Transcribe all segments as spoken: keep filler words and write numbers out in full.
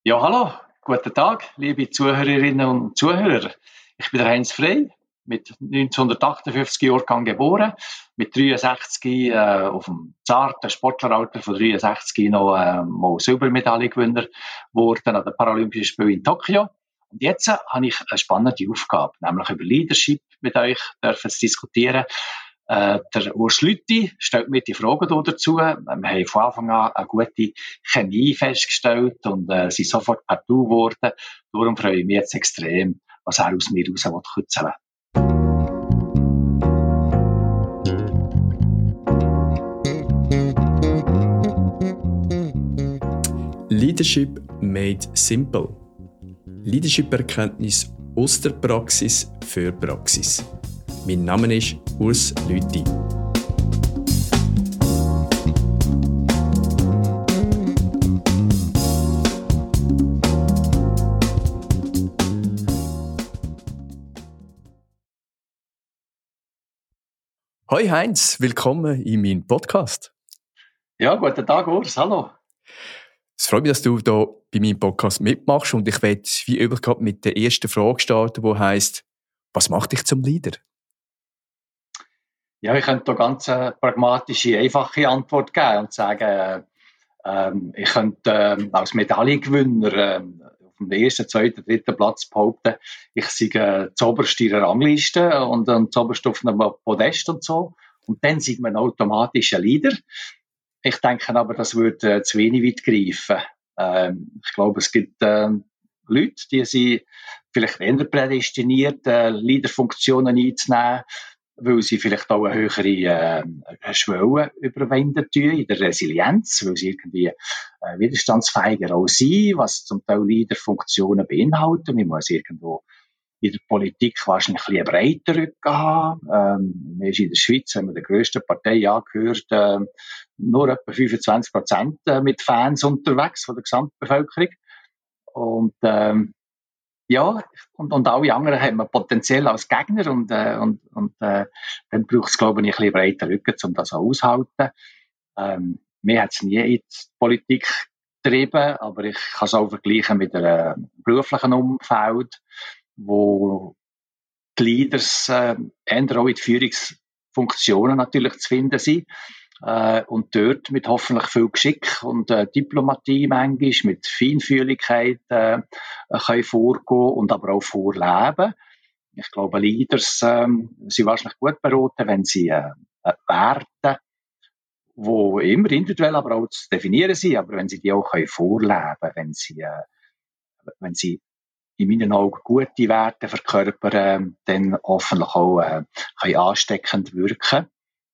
Ja, hallo, guten Tag, liebe Zuhörerinnen und Zuhörer. Ich bin der Heinz Frey, mit neunzehnhundertachtundfünfzig Jahrgang geboren, mit dreiundsechzig äh, auf dem zarten Sportleralter von dreiundsechzig noch äh, mal Silbermedaillengewinner geworden an den Paralympischen Spielen in Tokio. Und jetzt äh, habe ich eine spannende Aufgabe, nämlich über Leadership mit euch dürfen zu diskutieren. Äh, der Urs Lüthi stellt mir die Fragen dazu. Wir haben von Anfang an eine gute Chemie festgestellt und äh, sind sofort per Du geworden. Darum freue ich mich jetzt extrem, was er aus mir raus kitzeln will. Leadership made simple. Leadership-Erkenntnis aus der Praxis für Praxis. Mein Name ist Urs Lüthi. Hoi Heinz, willkommen in meinem Podcast. Ja, guten Tag Urs, hallo. Es freut mich, dass du hier bei meinem Podcast mitmachst und ich werde wie üblich mit der ersten Frage starten, die heisst, was macht dich zum Leader? Ja, ich könnte da ganz äh, pragmatische, einfache Antwort geben und sagen, äh, ich könnte äh, als Medaillengewinner äh, auf dem ersten, zweiten, dritten Platz behaupten, ich sei äh, zuoberst in der Rangliste und dann zuoberst auf einem Podest und so. Und dann sind man automatisch ein Leader. Ich denke aber, das würde äh, zu wenig weit greifen. Ähm, ich glaube, es gibt äh, Leute, die sind vielleicht eher prädestiniert, äh, Leaderfunktionen einzunehmen, weil sie vielleicht auch eine höhere äh, Schwelle überwinden tun in der Resilienz, weil sie irgendwie äh, widerstandsfähiger auch sind, was zum Teil Leaderfunktionen beinhalten. Man muss irgendwo in der Politik wahrscheinlich ein bisschen breiter Rücken haben. Ähm, man ist in der Schweiz, wenn man der grössten Partei angehört, äh, nur etwa fünfundzwanzig Prozent mit Fans unterwegs von der Gesamtbevölkerung. Und ähm, ja, und, und alle anderen haben wir potenziell als Gegner und, äh, und, und äh, dann braucht es, glaube ich, ein bisschen breiter Rücken, um das auch auszuhalten. Ähm, mir hat es nie in die Politik getrieben, aber ich kann es auch vergleichen mit einem beruflichen Umfeld, wo die Leaders äh, eher auch in die Führungsfunktionen natürlich zu finden sind. Äh, und dort mit hoffentlich viel Geschick und äh, Diplomatie manchmal, mit Feinfühligkeit äh, können vorgehen und aber auch vorleben. Ich glaube, Leaders äh, sind wahrscheinlich gut beraten, wenn sie äh, Werte, die immer individuell aber auch zu definieren sind, aber wenn sie die auch können vorleben können, wenn sie, äh, wenn sie in meinen Augen gute Werte verkörpern, dann hoffentlich auch äh, können ansteckend wirken.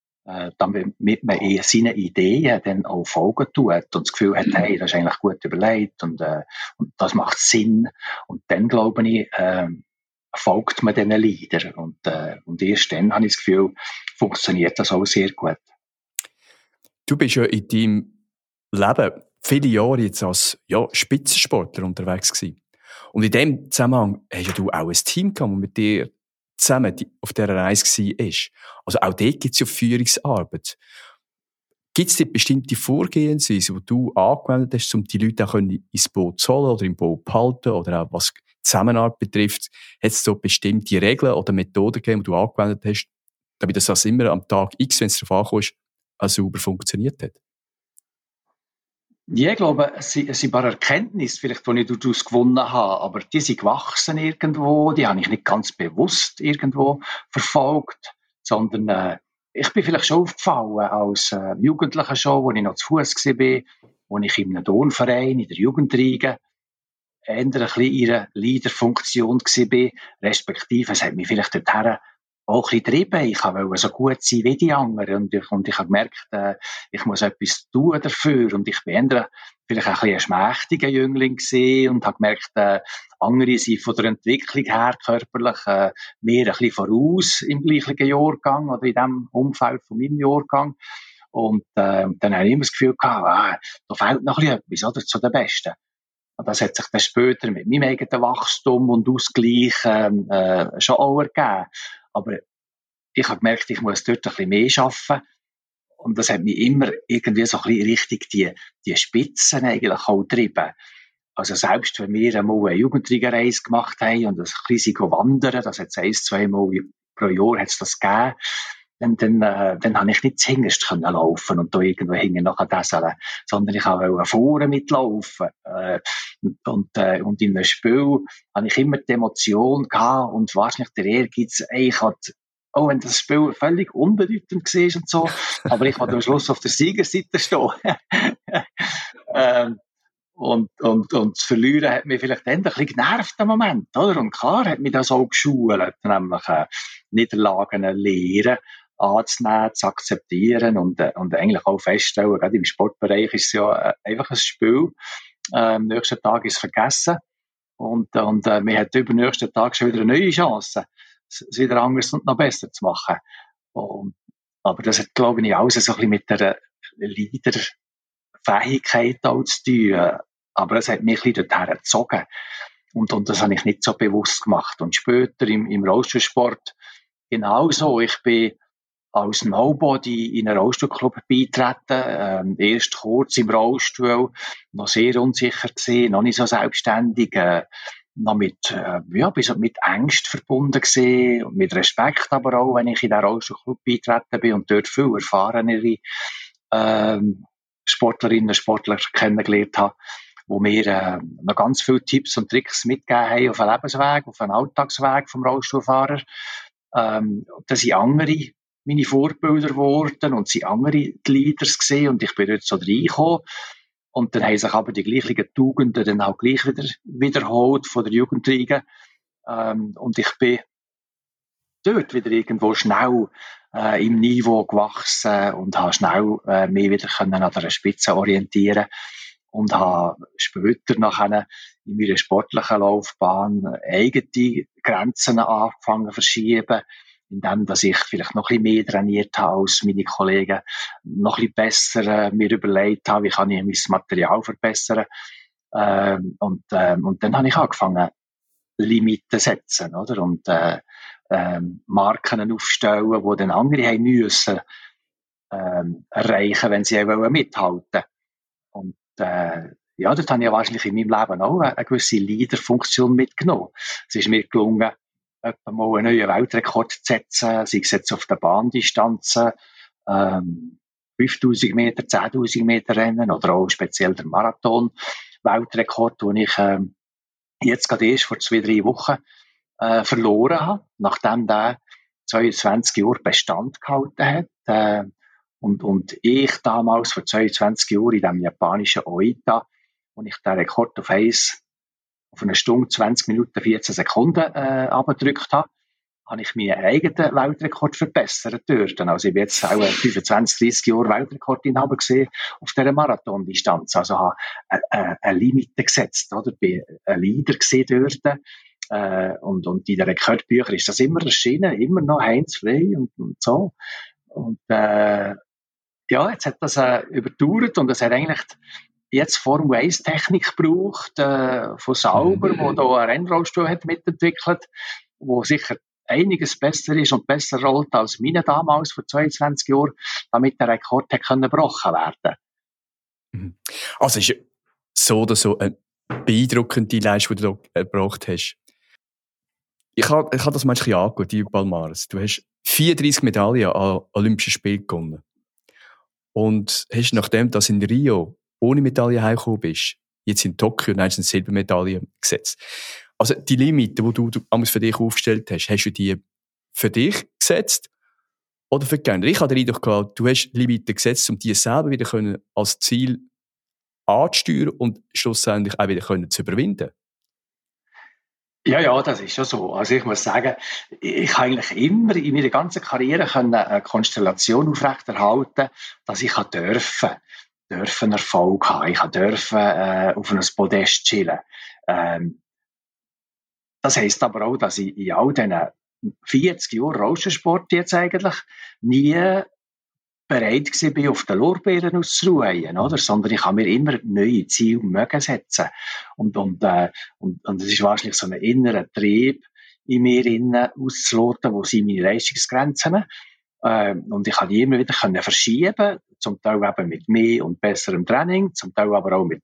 Damit man eher seine Ideen dann auch folgen tut und das Gefühl hat, hey, das ist eigentlich gut überlegt und, äh, und das macht Sinn. Und dann, glaube ich, äh, folgt man diesen Leadern. Und, äh, und erst dann habe ich das Gefühl, funktioniert das auch sehr gut. Du bist ja in deinem Leben viele Jahre jetzt als ja, Spitzensportler unterwegs gewesen. Und in dem Zusammenhang hast ja du auch ein Team gehabt, das mit dir zusammen auf dieser Reise war. Also auch dort gibt es ja Führungsarbeit. Gibt es dort bestimmte Vorgehensweise, die du angewendet hast, um die Leute auch ins Boot zu holen oder im Boot zu behalten? Oder auch was die Zusammenarbeit betrifft, hat es da bestimmte Regeln oder Methoden gegeben, die du angewendet hast, damit das also immer am Tag X, wenn es darauf ankommt, also sauber funktioniert hat? Ja, ich glaube, es sind, es sind ein paar Erkenntnisse, vielleicht, die ich daraus gewonnen habe, aber die sind gewachsen irgendwo, die habe ich nicht ganz bewusst irgendwo verfolgt, sondern äh, ich bin vielleicht schon aufgefallen als äh, Jugendlicher schon, wo ich noch zu Fuß war, wo ich in einem Turnverein, in der Jugendriege, eher ein bisschen in einer Leaderfunktion war, respektive es hat mich vielleicht dorthin auch ein bisschen getrieben. Ich wollte so gut sein wie die anderen. Und ich, und ich habe gemerkt, äh, ich muss etwas tun dafür. Und ich bin eher vielleicht auch ein bisschen ein schmächtiger Jüngling gewesen und habe gemerkt, äh, andere sind von der Entwicklung her körperlich äh, mehr ein bisschen voraus im gleichen Jahrgang oder in dem Umfeld von meinem Jahrgang. Und äh, dann habe ich immer das Gefühl gehabt, ah, da fehlt noch ein bisschen etwas, oder, zu den Besten. Und das hat sich dann später mit meinem eigenen Wachstum und Ausgleich ähm, äh, schon auch ergeben. Aber ich habe gemerkt, ich muss dort ein bisschen mehr arbeiten. Und das hat mich immer irgendwie so ein bisschen richtig die, die Spitzen eigentlich auch getrieben. Also selbst wenn wir einmal eine Jugendliga-Reise gemacht haben und ein bisschen wandern, das hat es ein, zwei Mal pro Jahr hat's das gegeben, dann, dann, äh, dann habe ich nicht zuhinterst können laufen und da irgendwo hinten nachher dasseln, sondern ich wollte vorne mitlaufen. Äh, und, und, äh, und in einem Spiel habe ich immer die Emotion gehabt und wahrscheinlich der Ehrgeiz, ey, ich hatte, auch wenn das Spiel völlig unbedeutend war und so, aber ich wollte am Schluss auf der Siegerseite stehen. ähm, Und, und, und das Verlieren hat mich vielleicht dann ein bisschen genervt im Moment, oder? Und klar hat mich das auch geschult, nämlich äh, Niederlagen lernen, anzunehmen, zu akzeptieren und, äh, und eigentlich auch feststellen, gerade im Sportbereich ist es ja äh, einfach ein Spiel. Äh, am nächsten Tag ist es vergessen und, und äh, man hat über den nächsten Tag schon wieder eine neue Chance, es wieder anders und noch besser zu machen. Und, aber das hat, glaube ich, alles so ein bisschen mit der Leaderfähigkeit auch zu tun. Aber es hat mich ein bisschen dorthin gezogen. Und, und das habe ich nicht so bewusst gemacht. Und später im, im Rollstuhlsport genauso. Ich bin als Nobody in einen Rollstuhlclub beitreten. Ähm, erst kurz im Rollstuhl, noch sehr unsicher gewesen, noch nicht so selbstständig, äh, noch mit, äh, ja, bis mit Angst verbunden gewesen und mit Respekt aber auch, wenn ich in den Rollstuhlclub beitreten bin und dort viel erfahrenere ähm, Sportlerinnen und Sportler kennengelernt habe, wo mir äh, noch ganz viele Tipps und Tricks mitgegeben haben auf den Lebensweg, auf den Alltagsweg vom Rollstuhlfahrer. Ähm, da sind andere meine Vorbilder geworden und sind andere die Leaders gesehen und ich bin dort so reingekommen. Und dann haben sich aber die gleichen Tugenden dann auch gleich wieder wiederholt von der Jugendliga. Ähm, und ich bin dort wieder irgendwo schnell äh, im Niveau gewachsen und habe schnell äh, mich wieder können an der Spitze orientieren und habe später nachher in meiner sportlichen Laufbahn eigene Grenzen angefangen zu verschieben, indem dass ich vielleicht noch ein bisschen mehr trainiert habe als meine Kollegen, noch ein bisschen besser äh, mir überlegt habe, wie kann ich mein Material verbessern. Ähm, und, ähm, und dann habe ich angefangen, Limiten zu setzen, oder? Und äh, ähm, Marken aufstellen, die dann andere haben müssen ähm, erreichen, wenn sie auch mithalten. Und äh, ja, dort habe ich ja wahrscheinlich in meinem Leben auch eine gewisse Leaderfunktion mitgenommen. Es ist mir gelungen, etwa mal einen neuen Weltrekord zu setzen, sei es jetzt auf der Bahndistanzen, ähm, fünftausend Meter, zehntausend Meter Rennen oder auch speziell der Marathon-Weltrekord, den ich ähm, jetzt gerade erst vor zwei, drei Wochen äh, verloren habe, nachdem der zweiundzwanzig Jahre Bestand gehalten hat. Äh, und, und ich damals vor zweiundzwanzig Jahren in dem japanischen Oita, wo ich den Rekord auf eins auf eine Stunde, zwanzig Minuten, vierzehn Sekunden äh, abgedrückt habe, habe ich meinen eigenen Weltrekord verbessert dort. Also ich bin jetzt auch fünfundzwanzig, dreissig Jahre Weltrekordinhaber gesehen auf dieser Marathondistanz. Also habe eine, eine Limite gesetzt, oder? Bin ein Leader gesehen dort. Äh, und, und in den Rekordbüchern ist das immer erschienen, immer noch Heinz Frey und, und so. Und äh, ja, jetzt hat das äh, überdauert und es hat eigentlich jetzt Formel eins Technik gebraucht, äh, von Sauber, wo da einen Rennrollstuhl hat mitentwickelt, wo sicher einiges besser ist und besser rollt als meine damals vor zweiundzwanzig Jahren, damit der Rekord hätte können gebrochen werden. Also ist so oder so eine beeindruckende Leistung, die du da erbracht hast. Ich habe ich hab das manchmal angeschaut, die Palmares. Du hast vierunddreissig Medaillen an Olympischen Spielen gewonnen. Und hast nachdem, dass in Rio ohne Medaille heimgekommen bist, jetzt in Tokio eine Silbermedaille gesetzt. Also die Limite, die du, du für dich aufgestellt hast, hast du die für dich gesetzt oder für die Gegner? Ich habe den Eindruck gehabt, du hast Limite gesetzt, um die selber wieder können als Ziel anzusteuern und schlussendlich auch wieder können zu überwinden. Ja, ja, das ist schon so. Also ich muss sagen, ich habe eigentlich immer in meiner ganzen Karriere eine Konstellation aufrechterhalten, dass ich dürfen, dürfen Erfolg haben. Ich dürfen äh, auf einem Podest chillen. Ähm, das heisst aber auch, dass ich in all diesen vierzig Jahren Rollstuhlsport jetzt eigentlich nie bereit war, auf den Lorbeeren auszuruhen, oder? Sondern ich habe mir immer neue Ziele mögen setzen. Und, und, äh, und, und es ist wahrscheinlich so ein innerer Trieb in mir innen auszuloten, wo sind meine Leistungsgrenzen. Äh, und ich habe die immer wieder können verschieben, zum Teil eben mit mehr und besserem Training, zum Teil aber auch mit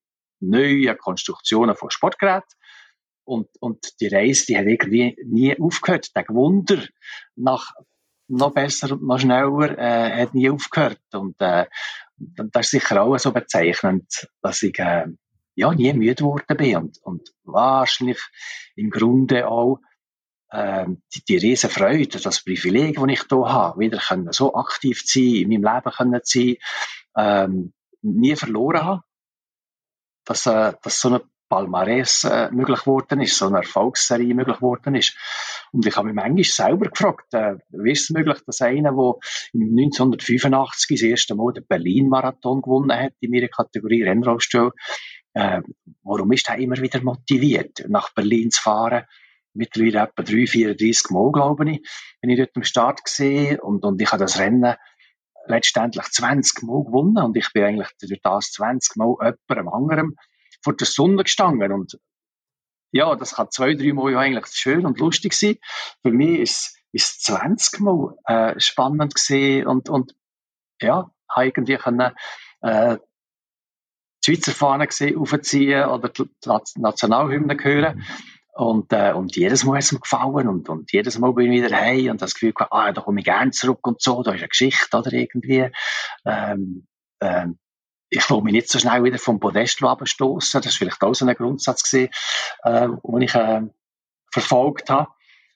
neuen Konstruktionen von Sportgeräten. Und, und die Reise, die hat irgendwie nie aufgehört. Der Wunder nach noch besser und noch schneller äh, hat nie aufgehört. Und äh, das ist sicher auch so bezeichnend, dass ich äh, ja nie müde geworden bin. Und, und wahrscheinlich im Grunde auch äh, die, die riesen Freude, das Privileg, das ich hier habe, wieder können, so aktiv zu sein, in meinem Leben können zu sein, ähm, nie verloren habe. Dass, äh, dass so eine Palmares äh, möglich geworden ist, so eine Erfolgsserie möglich geworden ist. Und ich habe mich manchmal selber gefragt, äh, wie ist es möglich, dass einer, der neunzehnhundertfünfundachtzig das erste Mal den Berlin-Marathon gewonnen hat, in meiner Kategorie Rennrollstuhl, äh, warum ist er immer wieder motiviert, nach Berlin zu fahren? Mittlerweile etwa drei, vierunddreissig Mal, glaube ich, bin ich dort am Start gesehen und, und ich habe das Rennen letztendlich zwanzig Mal gewonnen und ich bin eigentlich durch das zwanzig Mal jemandem anderem vor der Sonne gestanden und ja, das kann zwei, drei Mal ja eigentlich schön und lustig sein. Für mich ist es zwanzig Mal äh, spannend gewesen und, und ja, habe irgendwie können, äh, die Schweizer Fahne gesehen, aufziehen oder die Nationalhymne hören. Und, äh, und jedes Mal ist es mir gefallen und, und jedes Mal bin ich wieder heim und das Gefühl gehabt, ah, da komme ich gerne zurück und so, da ist eine Geschichte oder irgendwie. Ähm, ähm, ich will mich nicht so schnell wieder vom Podest abstoßen. Das ist vielleicht auch so ein Grundsatz gewesen, äh, den ich äh, verfolgt habe.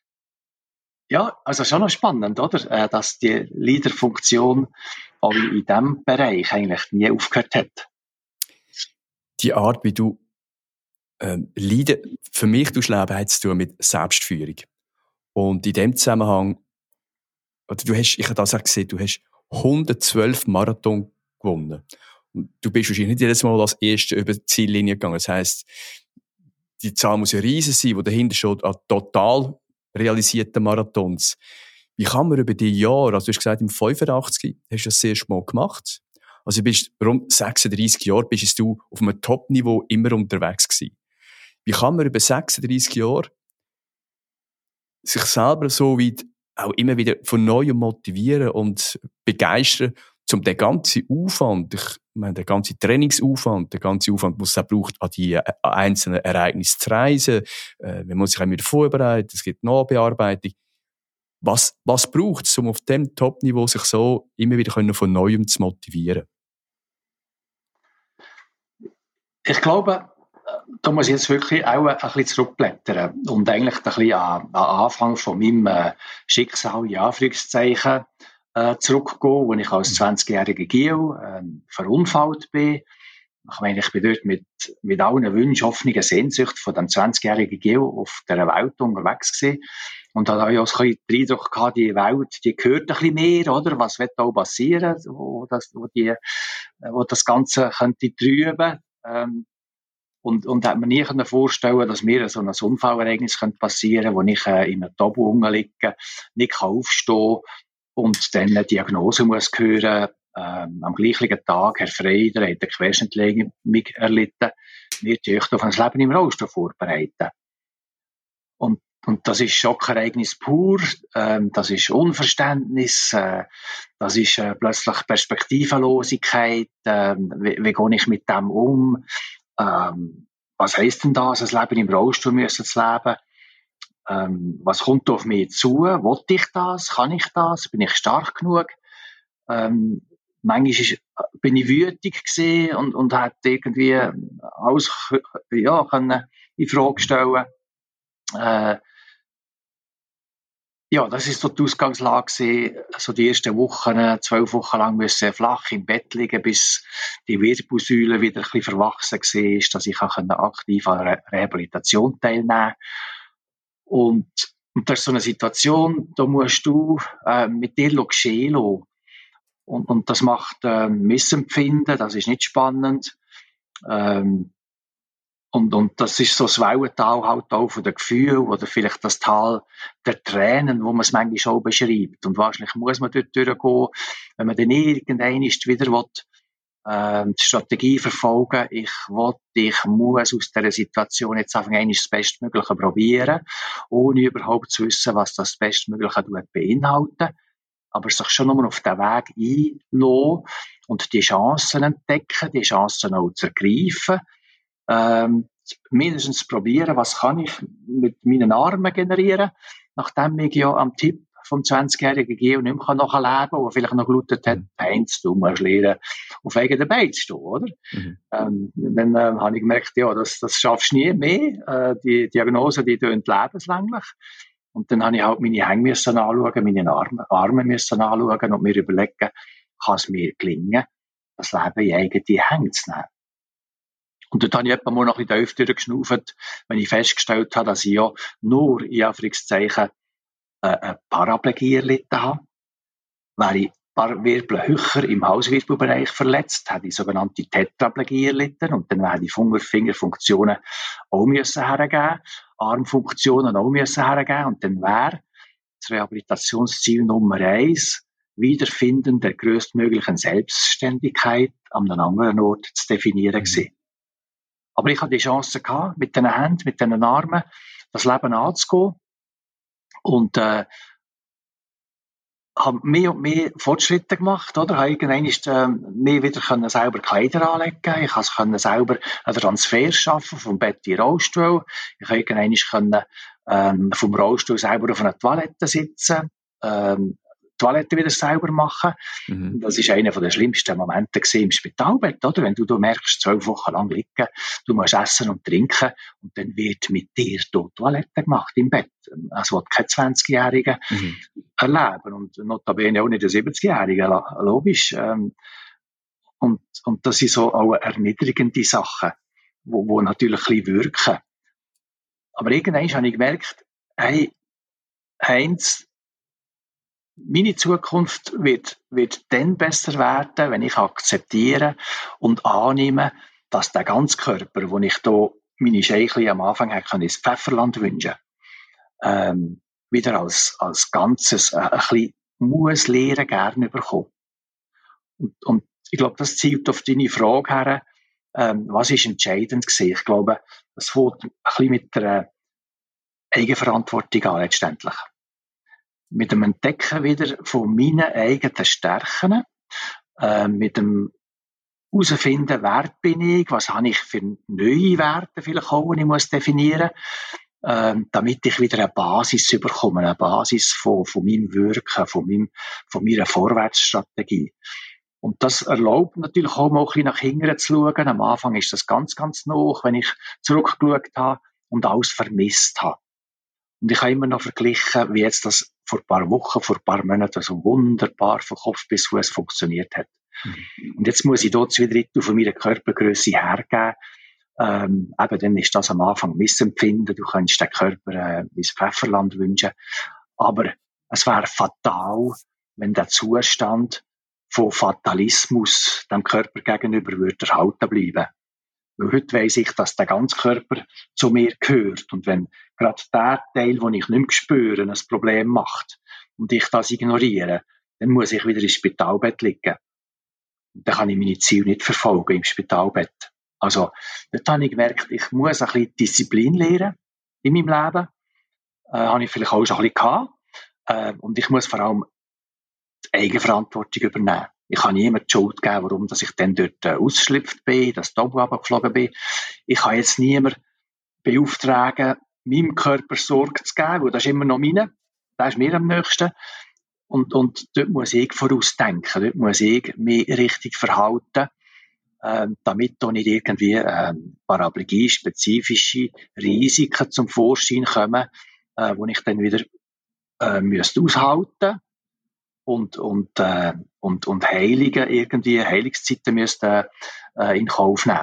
Ja, also schon noch spannend, oder? Äh, dass die Leaderfunktion auch in diesem Bereich eigentlich nie aufgehört hat. Die Art, wie du ähm, Leiden, für mich du Leben hat zu tun mit Selbstführung. Und in dem Zusammenhang, oder du hast, ich habe das auch gesehen, du hast hundertzwölf Marathon gewonnen. Und du bist wahrscheinlich nicht jedes Mal als Erster über die Ziellinie gegangen. Das heisst, die Zahl muss ja riesig sein, die dahinter steht an total realisierten Marathons. Wie kann man über die Jahre, also du hast gesagt, im fünfundachtzig hast du das das erste Mal gemacht. Also du bist rund sechsunddreissig Jahre, bist du auf einem Top-Niveau immer unterwegs gewesen. Wie kann man über sechsunddreissig Jahre sich selber so weit auch immer wieder von Neuem motivieren und begeistern, um den ganzen Aufwand, ich meine, den ganzen Trainingsaufwand, den ganzen Aufwand, den es auch braucht, an die einzelnen Ereignisse zu reisen, äh, man muss sich auch wieder vorbereiten, es gibt Nachbearbeitung. Was, was braucht es, um auf dem Top-Niveau sich so immer wieder von Neuem zu motivieren? Ich glaube, da muss ich jetzt wirklich auch ein bisschen zurückblättern und eigentlich ein bisschen an, an Anfang von meinem äh, Schicksal, in Anführungszeichen, äh, zurückgehen, wo ich als zwanzigjähriger Gil äh, verunfallt bin. Ich meine, ich bin dort mit, mit allen Wünschen, Hoffnungen, Sehnsucht von dem zwanzigjährigen Gil auf dieser Welt unterwegs gewesen. Und da habe ich auch so ein bisschen den Eindruck gehabt, die Welt, die gehört ein bisschen mehr, oder? Was wird da passieren, wo das, wo die, wo das Ganze könnte trüben? Ähm, Und, und hat mir nie vorstellen, dass mir so ein Unfallereignis passieren könnte, wo ich äh, in einem Tabu liege, nicht kann aufstehen und dann eine Diagnose muss hören, ähm, am gleichen Tag, Herr Freider hat eine Querschnittlähmung erlitten, wird euch auf ein Leben im Rollstuhl vorbereiten. Und, und das ist Schockereignis pur, ähm, das ist Unverständnis, äh, das ist äh, plötzlich Perspektivenlosigkeit, äh, wie, wie gehe ich mit dem um? Ähm, was heisst denn das, ein Leben im Rollstuhl müssen zu leben? Ähm, was kommt auf mich zu? Will ich das? Kann ich das? Bin ich stark genug? Ähm, manchmal ist, bin ich wütig gewesen und, und hat irgendwie alles, ja, können in Frage stellen. Äh, Ja, das ist so die Ausgangslage gewesen. So die ersten Wochen, zwölf Wochen lang müssen flach im Bett liegen, bis die Wirbelsäule wieder ein bisschen verwachsen war, dass ich auch aktiv an der Rehabilitation teilnehmen konnte. Und, und das ist so eine Situation, da musst du äh, mit dir geschehen lassen. Und, und das macht äh, Missempfinden, das ist nicht spannend. Ähm, Und, und das ist so das Wellental halt auch von den Gefühlen oder vielleicht das Tal der Tränen, wo man es manchmal auch beschreibt. Und wahrscheinlich muss man dort durchgehen, wenn man dann irgendwann wieder will, äh, die Strategie verfolgen, ich will, ich muss aus dieser Situation jetzt einfach einmal das Bestmögliche probieren, ohne überhaupt zu wissen, was das Bestmögliche beinhaltet. Aber sich schon nur auf den Weg einlassen und die Chancen entdecken, die Chancen auch zu ergreifen. ähm, mindestens probieren, was kann ich mit meinen Armen generieren, nachdem ich ja am Tipp vom zwanzigjährigen gegeben und nicht mehr nachleben kann, der vielleicht noch gelautet hat, Mhm. Heinz, du musst lernen, auf eigenen Beinen zu stehen, oder? Mhm. Ähm, dann äh, habe ich gemerkt, ja, das, das schaffst du nie mehr. Äh, die Diagnosen, die tun lebenslänglich. Und dann habe ich halt meine Hänge müssen anschauen, meine Arme, Arme müssen anschauen und mir überlegen, kann es mir gelingen, das Leben in eigene Hände zu nehmen. Und dort habe ich etwa mal noch ein bisschen tief durchgeschnauft, wenn ich festgestellt habe, dass ich ja nur, in Anführungszeichen, äh, eine Paraplegie erlitten habe. Wäre ich ein paar Wirbel höher im Halswirbelbereich verletzt, hätte ich sogenannte Tetraplegie erlitten und dann hätte ich Fingerfunktionen auch müssen hergeben, Armfunktionen auch müssen hergeben und dann wäre das Rehabilitationsziel Nummer eins Wiederfinden der größtmöglichen Selbstständigkeit an einem anderen Ort zu definieren gewesen. Aber ich hatte die Chance gehabt, mit den Händen, mit den Armen, das Leben anzugehen und äh, habe mehr und mehr Fortschritte gemacht, oder? Habe irgendwann ist, äh, mehr wieder können selber Kleider anlegen. Ich konnte selber einen Transfer schaffen vom Bett in den Rollstuhl. Ich konnte irgendwann können, ähm, vom Rollstuhl selber auf einer Toilette sitzen, ähm, Toilette wieder selber machen. Mhm. Das ist einer der schlimmsten Momente im Spitalbett, oder? Wenn du, du merkst, zwölf Wochen lang liegen, du musst essen und trinken und dann wird mit dir dort Toilette gemacht im Bett. Das will kein zwanzigjähriger Mhm. erleben und notabene auch nicht ein siebzigjähriger, logisch. Ähm, und, und das sind so auch erniedrigende Sachen, wo, wo natürlich ein bisschen wirken. Aber irgendwann habe ich gemerkt, hey, Heinz, meine Zukunft wird, wird dann besser werden, wenn ich akzeptiere und annehme, dass der ganze Körper, wo ich da meine Scheichli am Anfang hätte ins Pfefferland wünschen, ähm, wieder als, als Ganzes äh, ein bisschen muss lernen, gerne bekommen. Und, und ich glaube, das zielt auf deine Frage her, ähm, was ist entscheidend gewesen? Ich glaube, das fängt ein bisschen mit der Eigenverantwortung an, letztendlich. Mit dem Entdecken wieder von meinen eigenen Stärken, äh, mit dem herausfinden, wer bin ich, was habe ich für neue Werte vielleicht auch, die ich muss definieren muss, ähm, damit ich wieder eine Basis bekomme, eine Basis von, von meinem Wirken, von, meinem, von meiner Vorwärtsstrategie. Und das erlaubt natürlich auch mal ein bisschen nach hinten zu schauen. Am Anfang ist das ganz, ganz noch, wenn ich zurückgeschaut habe und alles vermisst habe. Und ich habe immer noch verglichen, wie jetzt das vor ein paar Wochen, vor ein paar Monaten so wunderbar von Kopf bis Fuß funktioniert hat. Mhm. Und jetzt muss ich dort zwei Drittel von meiner Körpergröße hergeben. Ähm, eben, dann ist das am Anfang Missempfinden. Du kannst den Körper äh, ins Pfefferland wünschen. Aber es wäre fatal, wenn der Zustand von Fatalismus dem Körper gegenüber würde erhalten bleiben. Weil heute weiss ich, dass der ganze Körper zu mir gehört. Und wenn gerade der Teil, den ich nicht mehr spüre, ein Problem macht und ich das ignoriere, dann muss ich wieder ins Spitalbett liegen. Und dann kann ich meine Ziele nicht verfolgen im Spitalbett. Also, dort habe ich gemerkt, ich muss ein bisschen Disziplin lernen in meinem Leben. Äh, habe ich vielleicht auch schon ein bisschen gehabt. Äh, und ich muss vor allem die Eigenverantwortung übernehmen. Ich kann niemandem die Schuld geben, warum dass ich dann dort äh, ausgeschlüpft bin, dass ich da oben runtergeflogen bin. Ich kann jetzt niemanden beauftragen, meinem Körper Sorge zu geben, weil das ist immer noch meine. Das ist mir am nächsten. Und, und dort muss ich vorausdenken. Dort muss ich mich richtig verhalten, äh, damit da nicht irgendwie äh, Paraplegie-spezifische Risiken zum Vorschein kommen, äh, wo ich dann wieder äh, müsste aushalten und, und, äh, und, und Heilige irgendwie, Heilungszeiten müssten äh, in Kauf nehmen.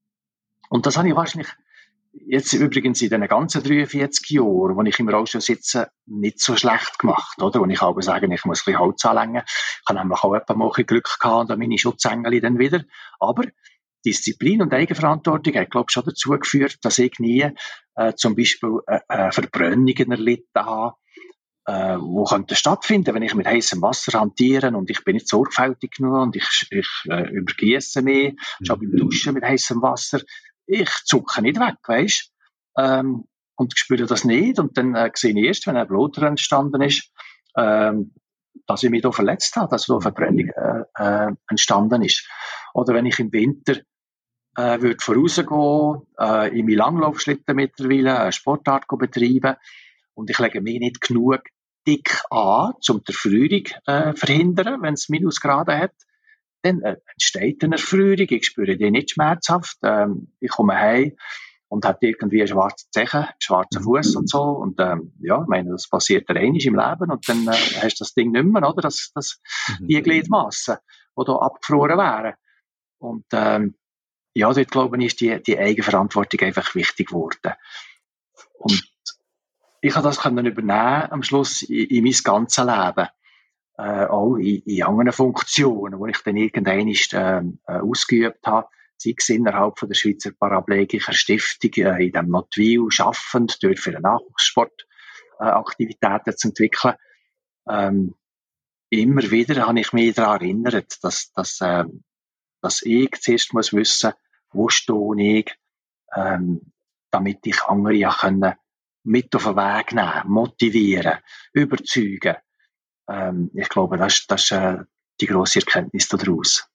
Und das habe ich wahrscheinlich jetzt übrigens in den ganzen dreiundvierzig Jahren, wo ich im Rollstuhl sitze, nicht so schlecht gemacht, oder? Wo ich aber sage, ich muss ein bisschen Holz anlängen. Ich habe nämlich auch etwa mal ein bisschen Glück gehabt und meine Schutzengel dann wieder. Aber Disziplin und Eigenverantwortung hat, glaube ich, schon dazu geführt, dass ich nie äh, zum Beispiel äh, äh, Verbrennungen erlitten habe, äh, wo könnte stattfinden, wenn ich mit heißem Wasser hantiere und ich bin nicht sorgfältig genug und ich, ich äh, übergieße mich, schon beim Duschen mit heißem Wasser. Ich zucke nicht weg, weisst, ähm, und spüre das nicht und dann äh, sehe ich erst, wenn ein Bluter entstanden ist, ähm, dass ich mich da verletzt habe, dass da Verbrennung äh, äh, entstanden ist. Oder wenn ich im Winter äh, würde vorausgehen, äh, in meinen Langlaufschlitten mittlerweile eine Sportart betreiben und ich lege mich nicht genug dick an, um die Erfrierung äh, verhindern, wenn es Minusgrade hat. Dann äh, entsteht eine Erfrierung, ich spüre die nicht schmerzhaft, ähm, ich komme heim und habe irgendwie eine schwarze Zeche, einen schwarzen Fuß und so und ähm, ja, ich meine, das passiert dir einmal im Leben und dann äh, hast du das Ding nicht mehr, oder, das, das, Mhm. die Gliedmassen, die da abgefroren wären. Und ähm, ja, dort glaube ich, ist die, die Eigenverantwortung einfach wichtig geworden. Und ich habe das können übernehmen am Schluss in, in mein ganzes Leben. Äh, auch in, in anderen Funktionen, die ich dann irgendwann äh, ausgeübt habe, sei es innerhalb von der Schweizer Paraplegiker Stiftung, äh, in dem Notwil schaffend, dort für den Nachwuchssport äh, Aktivitäten zu entwickeln. Ähm, immer wieder habe ich mich daran erinnert, dass, dass, äh, dass ich zuerst muss wissen, wo stehe ich, ähm, damit ich andere ja können mit auf den Weg nehmen, motivieren, überzeugen. Ähm, ich glaube, das ist, das ist äh, die grosse Erkenntnis daraus.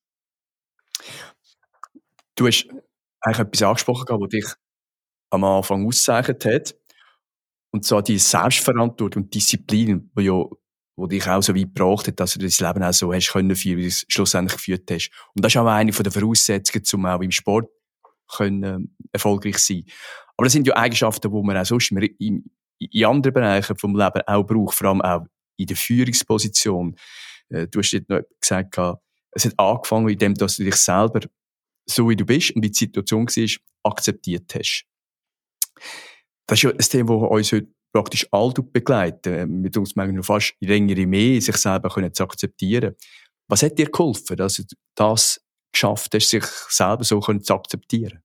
Du hast eigentlich etwas angesprochen, was dich am Anfang ausgezeichnet hat. Und zwar die Selbstverantwortung und Disziplin, die ja, wo dich auch so weit gebracht hat, dass du das Leben auch so hast können führen, wie du es schlussendlich geführt hast. Und das ist auch eine der Voraussetzungen, um auch im Sport können, erfolgreich sein. Aber das sind ja Eigenschaften, die man auch sonst in, in anderen Bereichen vom Leben auch braucht, vor allem auch in der Führungsposition. Du hast jetzt noch gesagt, es hat angefangen, indem du dich selber, so wie du bist und wie die Situation war, akzeptiert hast. Das ist ja ein Thema, das uns heute praktisch all begleiten. Mit uns manchmal fast längere mehr, sich selber können zu akzeptieren. Was hat dir geholfen, dass du das geschafft hast, sich selber so zu akzeptieren?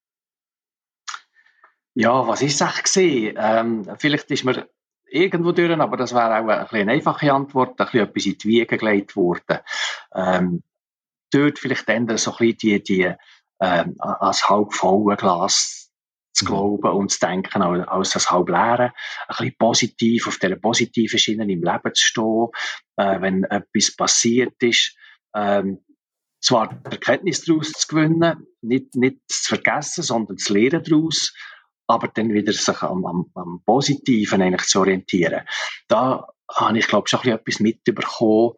Ja, was ist es gewesen? Ähm, vielleicht ist mir irgendwo durch, aber das wäre auch eine, eine einfache Antwort, ein bisschen etwas in die Wiege gelegt worden. Ähm, dort vielleicht ändern so ein bisschen die, die ähm, als halb vollen Glas zu glauben und zu denken, als das halb leere. Ein bisschen positiv, auf dieser positiven Schiene im Leben zu stehen, äh, wenn etwas passiert ist. Ähm, zwar die Erkenntnis daraus zu gewinnen, nicht, nicht zu vergessen, sondern zu lernen daraus, aber dann wieder sich am, am, am Positiven eigentlich zu orientieren. Da habe ich, glaube ich, schon ein bisschen etwas mitbekommen,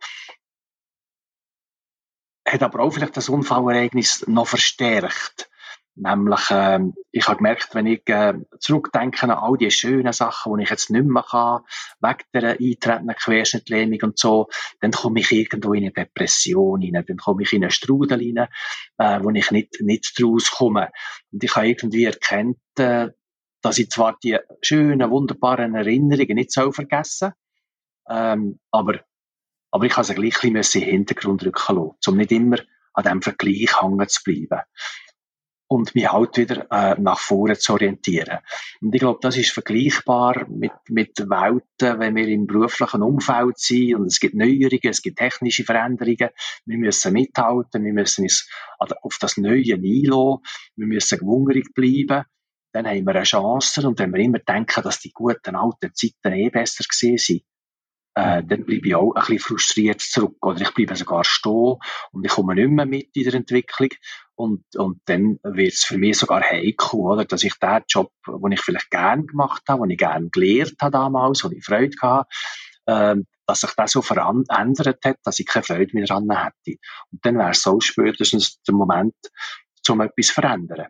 hat aber auch vielleicht das Unfallereignis noch verstärkt. Nämlich, ähm, ich habe gemerkt, wenn ich äh, zurückdenke an all die schönen Sachen, die ich jetzt nicht mehr kann, wegen der eintretenden Querschnittlähmung und so, dann komme ich irgendwo in eine Depression rein, dann komme ich in einen Strudel rein, äh, wo ich nicht, nicht draus komme. Und ich habe irgendwie erkannt, äh, dass ich zwar die schönen, wunderbaren Erinnerungen nicht so vergessen, ähm, aber Aber ich kann sie gleich ein bisschen in den Hintergrund rücken lassen, um nicht immer an diesem Vergleich hängen zu bleiben. Und mich halt wieder äh, nach vorne zu orientieren. Und ich glaube, das ist vergleichbar mit, mit Welten, wenn wir im beruflichen Umfeld sind und es gibt Neuerungen, es gibt technische Veränderungen. Wir müssen mithalten, wir müssen uns auf das Neue einlassen, wir müssen gewungerig bleiben. Dann haben wir eine Chance. Und wenn wir immer denken, dass die guten alten Zeiten eh besser gewesen sind, Äh, dann bleibe ich auch ein bisschen frustriert zurück. Oder ich bleibe sogar stehen und ich komme nicht mehr mit in der Entwicklung. Und, und dann wird es für mich sogar heikel, oder? Dass ich den Job, den ich vielleicht gerne gemacht habe, den ich gerne gelernt habe damals, wo ich Freude hatte, ähm, dass sich das so verändert hat, dass ich keine Freude mehr daran hätte. Und dann wäre es so spätestens der Moment, um etwas zu verändern.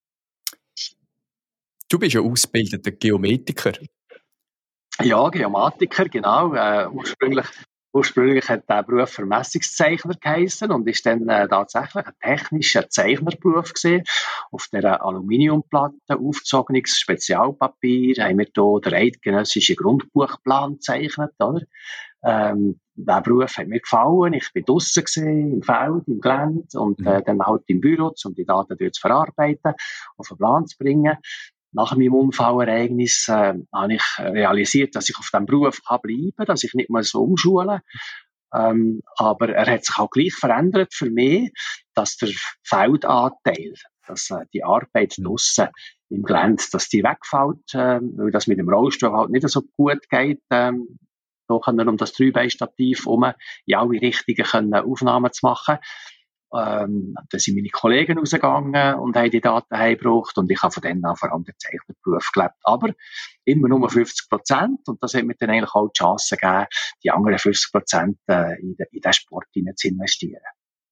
Du bist ja ausgebildeter Geometriker. Ja, Geomatiker, genau. Äh, ursprünglich, ursprünglich hat der Beruf Vermessungszeichner geheissen und ist dann äh, tatsächlich ein technischer Zeichnerberuf gewesen. Auf der Aluminiumplatte, aufgezogenes Spezialpapier, haben wir hier den eidgenössischen Grundbuchplan gezeichnet, oder? Ähm, der Beruf hat mir gefallen. Ich bin draussen gewesen, im Feld, im Gelände und äh, mhm. dann halt im Büro, um die Daten dort zu verarbeiten, auf den Plan zu bringen. Nach meinem Unfallereignis äh, habe ich realisiert, dass ich auf diesem Beruf kann bleiben kann, dass ich nicht mehr so umschulen. Ähm, aber er hat sich auch gleich verändert für mich, dass der Feldanteil, dass äh, die Arbeit draussen im Gelände, dass die wegfällt, äh, weil das mit dem Rollstuhl halt nicht so gut geht. Ähm, da können wir um das Dreibeinstativ herum in alle Richtungen können Aufnahmen zu machen. Ähm, dann sind meine Kollegen rausgegangen und haben die Daten heimgebracht und ich habe von denen an vor allem den Zeichnerberuf gelebt. Aber immer nur fünfzig Prozent und das hat mir dann eigentlich auch die Chance gegeben, die anderen fünfzig Prozent äh, in, den, in den Sport hinein zu investieren.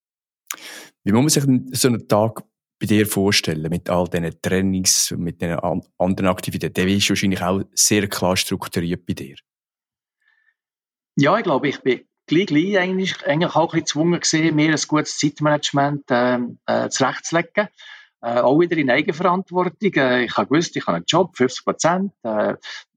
Wie muss man sich so einen Tag bei dir vorstellen, mit all diesen Trainings, mit den anderen Aktivitäten? Der ist wahrscheinlich auch sehr klar strukturiert bei dir. Ja, ich glaube, ich bin gleich, gleich eigentlich, eigentlich auch ein bisschen gezwungen gewesen, mir ein gutes Zeitmanagement ähm, äh, zurechtzulegen. Äh, auch wieder in Eigenverantwortung. Äh, ich habe gewusst, ich habe einen Job, fünfzig Prozent. Äh,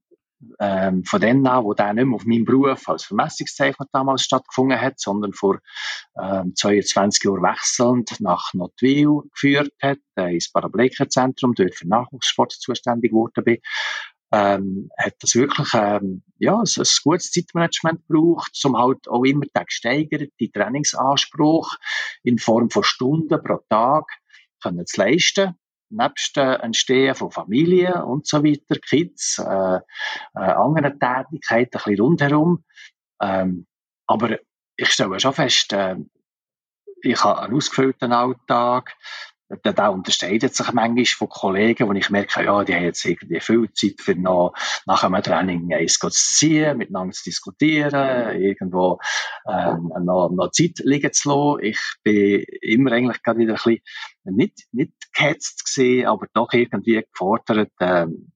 ähm, von denen an, wo der nicht mehr auf meinem Beruf als Vermessungszeichner damals stattgefunden hat, sondern vor ähm, zweiundzwanzig Jahren wechselnd nach Nottwil geführt hat, äh, ins Paraplegikerzentrum, dort für Nachwuchssport zuständig geworden bin. Ähm, hat das wirklich ähm, ja, ein, ein gutes Zeitmanagement gebraucht, um halt auch immer den gesteigerten Trainingsanspruch in Form von Stunden pro Tag können zu leisten. Nebst dem Entstehen von Familien und so weiter, Kids, äh, äh, anderen Tätigkeiten, ein bisschen rundherum. Ähm, aber ich stelle schon fest, äh, ich habe einen ausgefüllten Alltag. Der, der unterscheidet sich manchmal von Kollegen, wo ich merke, ja, die haben jetzt irgendwie viel Zeit für noch, nach einem Training eins zu ziehen, miteinander zu diskutieren, irgendwo ähm, noch, noch Zeit liegen zu lassen. Ich bin immer eigentlich gerade wieder ein bisschen nicht, nicht gehetzt gewesen, aber doch irgendwie gefordert, ähm,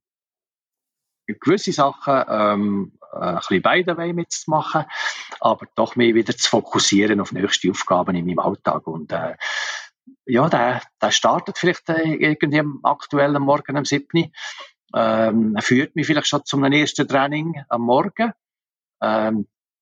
gewisse Sachen ähm, ein bisschen beide Wege mitzumachen, aber doch mehr wieder zu fokussieren auf nächste Aufgaben in meinem Alltag. Und äh, ja, der, der startet vielleicht äh, irgendwie am aktuellen Morgen um sieben. Ähm, er führt mich vielleicht schon zum ersten Training am Morgen. Ähm,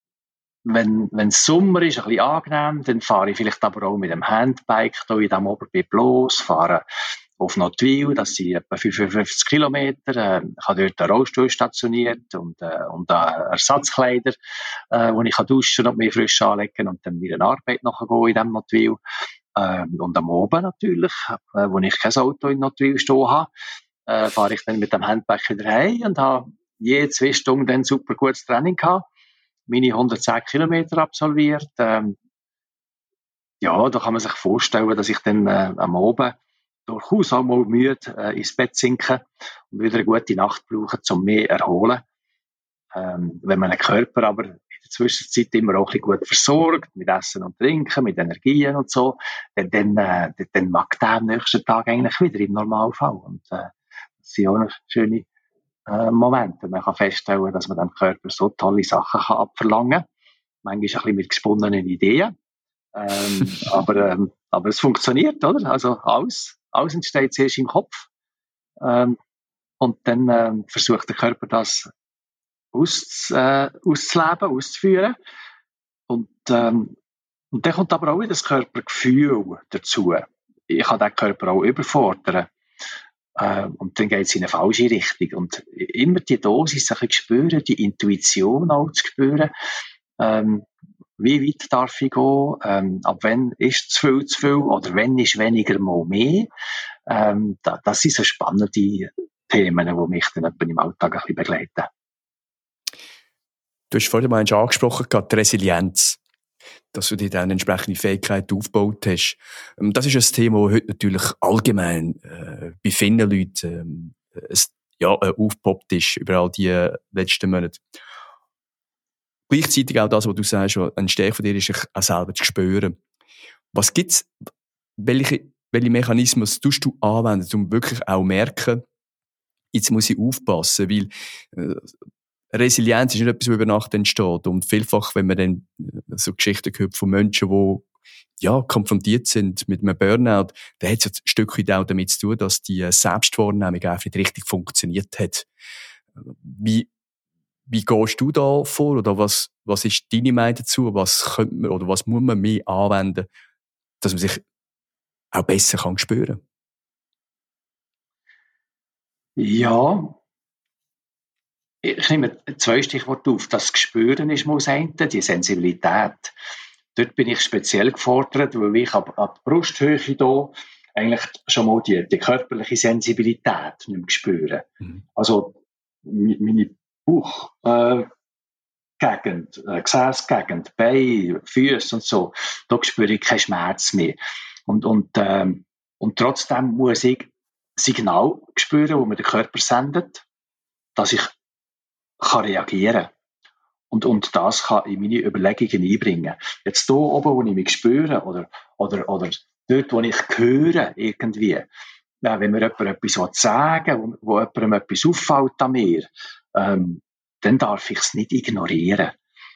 wenn wenn es Sommer ist, ein bisschen angenehm, dann fahre ich vielleicht aber auch mit dem Handbike hier in diesem Oberbib los, fahre auf Nottwil, das sind etwa fünfundfünfzig Kilometer, äh, ich habe dort einen Rollstuhl stationiert und, äh, und äh, Ersatzkleider, äh, wo ich kann duschen und mich frisch anlegen und dann wieder in Arbeit nachgehen in diesem Nottwil. Ähm, und am Abend natürlich, äh, wo ich kein Auto in Nottwil stehen habe, äh, fahre ich dann mit dem Handbike wieder heim und habe je zwei Stunden dann super gutes Training gehabt, meine hundertzehn Kilometer absolviert. Ähm, ja, da kann man sich vorstellen, dass ich dann äh, am Abend durchaus auch mal müde äh, ins Bett sinken und wieder eine gute Nacht brauchen, um mich erholen. Ähm, wenn man den Körper aber in der Zwischenzeit immer auch ein bisschen gut versorgt, mit Essen und Trinken, mit Energien und so, dann, dann, äh, dann mag der am nächsten Tag eigentlich wieder im Normalfall. Und äh, das sind auch noch schöne äh, Momente. Man kann feststellen, dass man dem Körper so tolle Sachen kann abverlangen kann. Manchmal ein bisschen mit gesponnenen Ideen. Ähm, aber, ähm, aber es funktioniert, oder? Also alles, alles entsteht zuerst im Kopf. Ähm, und dann ähm, versucht der Körper das aus, äh, auszuleben, auszuführen. Und, ähm, und dann kommt aber auch wieder das Körpergefühl dazu. Ich kann den Körper auch überfordern. Äh, und dann geht es in eine falsche Richtung. Und immer die Dosis ein bisschen spüren, die Intuition auch zu spüren. Ähm, wie weit darf ich gehen? Ähm, ab wann ist zu viel zu viel? Oder wann ist weniger mal mehr? Ähm, da, das sind so spannende Themen, die mich dann im Alltag ein bisschen begleiten. Du hast vorhin mal angesprochen, die Resilienz, dass du dir dann entsprechende Fähigkeit aufgebaut hast. Das ist ein Thema, das heute natürlich allgemein äh, bei vielen Leuten äh, es, ja, äh, aufgepoppt ist über all die letzten Monate. Gleichzeitig auch das, was du sagst, ein Stärke von dir ist, auch selber zu spüren. Was gibt's, welche, welche Mechanismen tust du anwenden, um wirklich auch zu merken, jetzt muss ich aufpassen, weil äh, Resilienz ist nicht etwas, was über Nacht entsteht. Und vielfach, wenn man dann so Geschichten hört von Menschen, die ja, konfrontiert sind mit einem Burnout, dann hat es ein Stück weit auch damit zu tun, dass die Selbstwahrnehmung einfach nicht richtig funktioniert hat. Wie, wie gehst du da vor? Oder was, was ist deine Meinung dazu? Was könnte man, oder was muss man mehr anwenden, dass man sich auch besser kann spüren kann? Ja, ich nehme zwei Stichworte auf. Das Gespüren ist mal das eine, die Sensibilität. Dort bin ich speziell gefordert, weil ich ab, ab Brusthöhe hier eigentlich schon mal die, die körperliche Sensibilität nicht mehr spüre. Mhm. Also meine Bauch, äh, Gegend, äh, Gesäßgegend, Beine, Füße und so, da spüre ich keinen Schmerz mehr. Und, und, ähm, und trotzdem muss ich Signal spüren, wo mir der Körper sendet, dass ich kann reagieren kann. Und, und das kann in meine Überlegungen einbringen. Jetzt hier oben, wo ich mich spüre, oder, oder, oder dort, wo ich höre, irgendwie, ja, wenn mir jemand etwas sagen will, wo, wo jemandem etwas auffällt an mir, ähm, dann darf ich es nicht ignorieren.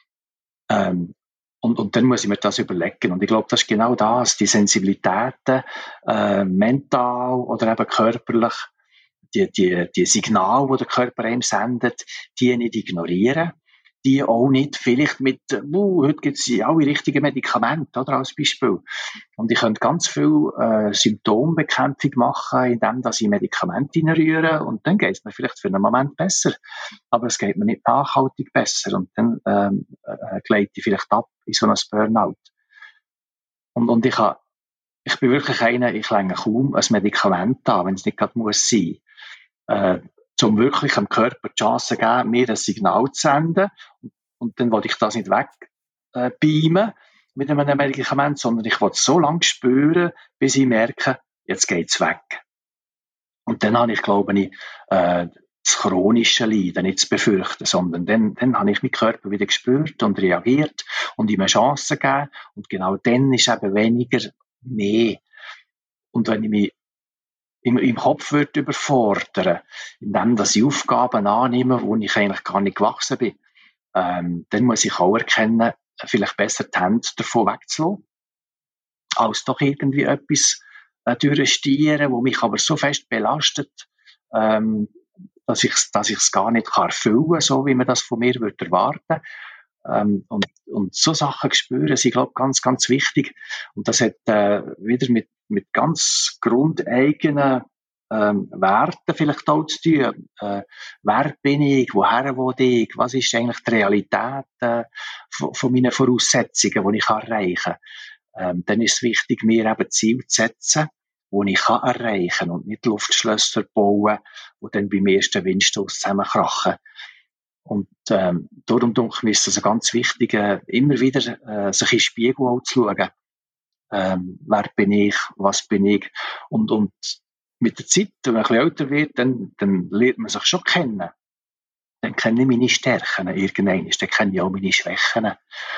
Ähm, und, und dann muss ich mir das überlegen. Und ich glaube, das ist genau das, die Sensibilitäten, äh, mental oder eben körperlich, die, die, die Signale, die der Körper einem sendet, die nicht ignorieren. Die auch nicht vielleicht mit, uh, heute gibt es alle richtigen Medikamente, oder, als Beispiel. Und ich könnte ganz viel äh, Symptombekämpfung machen, indem dass ich Medikamente reinrühre, und dann geht es mir vielleicht für einen Moment besser. Aber es geht mir nicht nachhaltig besser. Und dann ähm, äh, gleite ich vielleicht ab in so ein Burnout. Und, und ich, ha, ich bin wirklich einer, ich lege kaum ein Medikament an, wenn es nicht gerade muss sein. Äh, um wirklich dem Körper die Chance zu geben, mir ein Signal zu senden. Und dann will ich das nicht wegbeamen äh, mit einem Medikament, sondern ich will es so lange spüren, bis ich merke, jetzt geht's weg. Und dann habe ich, glaube ich, äh, das chronische Leiden nicht zu befürchten, sondern dann, dann habe ich meinen Körper wieder gespürt und reagiert und ihm eine Chance gegeben. Und genau dann ist eben weniger mehr. Und wenn ich mich im, im Kopf würde überfordern, indem dass ich Aufgaben annehme, wo ich eigentlich gar nicht gewachsen bin, ähm, dann muss ich auch erkennen, vielleicht besser die Hände davon wegzulassen, als doch irgendwie etwas äh, durchstieren, wo mich aber so fest belastet, ähm, dass ich es dass ich's gar nicht kann erfüllen kann, so wie man das von mir würde erwarten. Ähm, und, und so Sachen spüren sind, glaube ich, ganz, ganz wichtig. Und das hat äh, wieder mit, mit ganz grundeigenen ähm, Werten vielleicht auch zu tun. Äh, wer bin ich? Woher will ich? Was ist eigentlich die Realität äh, von, von meinen Voraussetzungen, die ich erreichen kann? Ähm, dann ist es wichtig, mir eben Ziele zu setzen, die ich kann erreichen kann und nicht Luftschlösser bauen, die dann beim ersten Windstoß zusammenkrachen. Und ähm, darum denke ich, ist es ganz wichtig, äh, immer wieder äh, sich in den Spiegel auch zu schauen. Ähm, wer bin ich? Was bin ich? Und, und mit der Zeit, wenn man ein bisschen älter wird, dann, dann lernt man sich schon kennen. Dann kenne ich meine Stärken irgendwann, dann kenne ich auch meine Schwächen.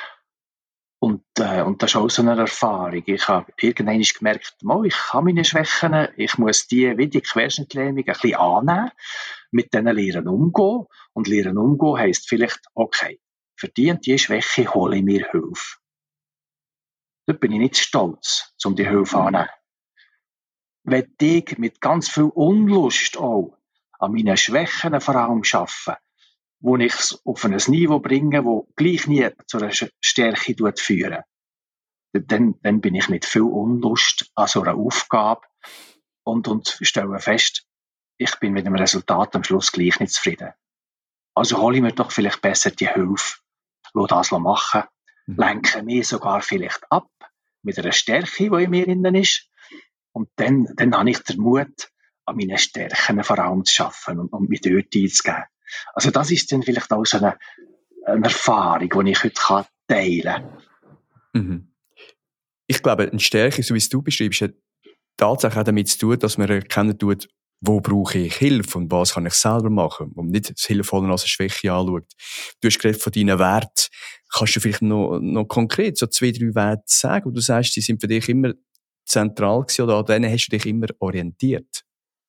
Und, äh, und das ist auch so eine Erfahrung. Ich habe irgendwann gemerkt, oh, ich habe meine Schwächen, ich muss die wie die Querschnittlähmung ein bisschen annehmen, mit denen lernen umgehen. Und lernen umgehen heisst vielleicht, okay, für die und die Schwäche hole ich mir Hilfe. Dort bin ich nicht stolz, um die Hilfe anzunehmen. Wenn ich mit ganz viel Unlust auch an meinen Schwächen vor allem arbeite, wo ich es auf ein Niveau bringe, wo gleich nie zu einer Stärke führen, dann, dann bin ich mit viel Unlust an so einer Aufgabe und, und stelle fest, ich bin mit dem Resultat am Schluss gleich nicht zufrieden. Also hole ich mir doch vielleicht besser die Hilfe, lasse das machen, mhm. lenke mich sogar vielleicht ab mit einer Stärke, die in mir innen ist, und dann, dann habe ich den Mut, an meinen Stärken vor allem zu arbeiten und, und mich dort einzugeben. Also das ist dann vielleicht auch so eine, eine Erfahrung, die ich heute teilen kann. Mhm. Ich glaube, eine Stärke, so wie es du beschreibst, hat tatsächlich auch damit zu tun, dass man erkennen tut, wo brauche ich Hilfe und was kann ich selber machen, und nicht das Hilfvolle als eine Schwäche anschaut. Du hast geredet von deinen Werten. Kannst du vielleicht noch, noch konkret so zwei, drei Werte sagen, wo du sagst, die sind für dich immer zentral gewesen oder an denen hast du dich immer orientiert?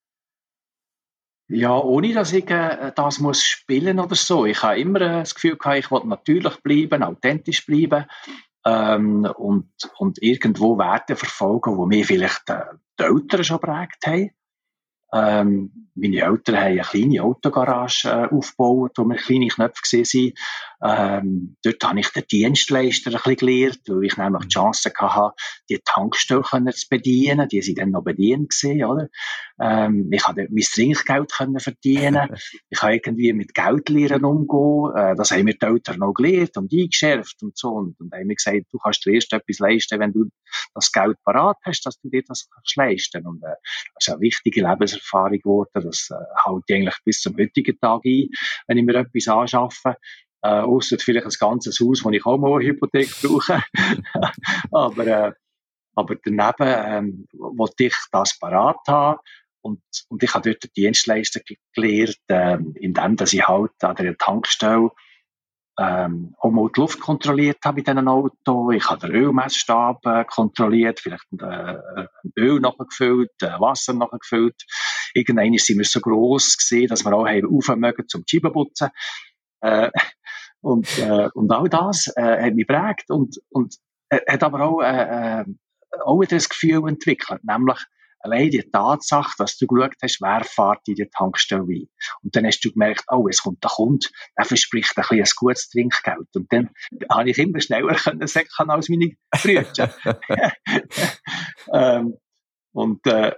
Ja, ohne dass ich äh, das muss spielen oder so. Ich habe immer äh, das Gefühl gehabt, ich will natürlich bleiben, authentisch bleiben ähm, und, und irgendwo Werte verfolgen, die mir vielleicht äh, die Eltern schon geprägt haben. Ähm, meine Eltern haben eine kleine Autogarage äh, aufgebaut, wo wir kleine Knöpfe gesehen waren. Ähm, dort habe ich den Dienstleister ein bisschen gelernt, weil ich nämlich die Chance hatte, die Tankstelle zu bedienen. Die sind dann noch bedient gewesen, oder? Ähm, ich konnte mein Trinkgeld verdienen. Ich habe irgendwie mit Geld lernen umgehen. Äh, das haben mir die Eltern noch gelernt und eingeschärft und so. Und, und haben mir gesagt, du kannst dir erst etwas leisten, wenn du das Geld parat hast, dass du dir das kannst leisten. Und äh, das ist eine wichtige Lebenserfahrung geworden. Das äh, halte ich eigentlich bis zum heutigen Tag ein, wenn ich mir etwas anschaffe. äh, ausser vielleicht ein ganzes Haus, wo ich auch mal eine Hypothek brauche. aber, äh, aber daneben, ähm, wollte ich das parat haben. Und, und ich habe dort den Dienstleister gelernt, ähm, indem dass ich halt an der Tankstelle ähm, auch mal die Luft kontrolliert habe in diesen Auto. Ich habe den Ölmessstab äh, kontrolliert, vielleicht äh, Öl nachgefüllt, äh, Wasser nachgefüllt. Irgendwann sind wir so gross gewesen, dass wir auch rauf mögen zum Scheibenputzen. Äh, und, äh, und all das äh, hat mich geprägt und, und äh, hat aber auch, äh, äh, auch wieder ein Gefühl entwickelt, nämlich allein die Tatsache, dass du geschaut hast, wer fährt in die Tankstelle ein. Und dann hast du gemerkt, oh, es kommt der Kunde, der verspricht ein bisschen ein gutes Trinkgeld. Und dann habe ich immer schneller können säckeln als meine Brüder. ähm, und äh,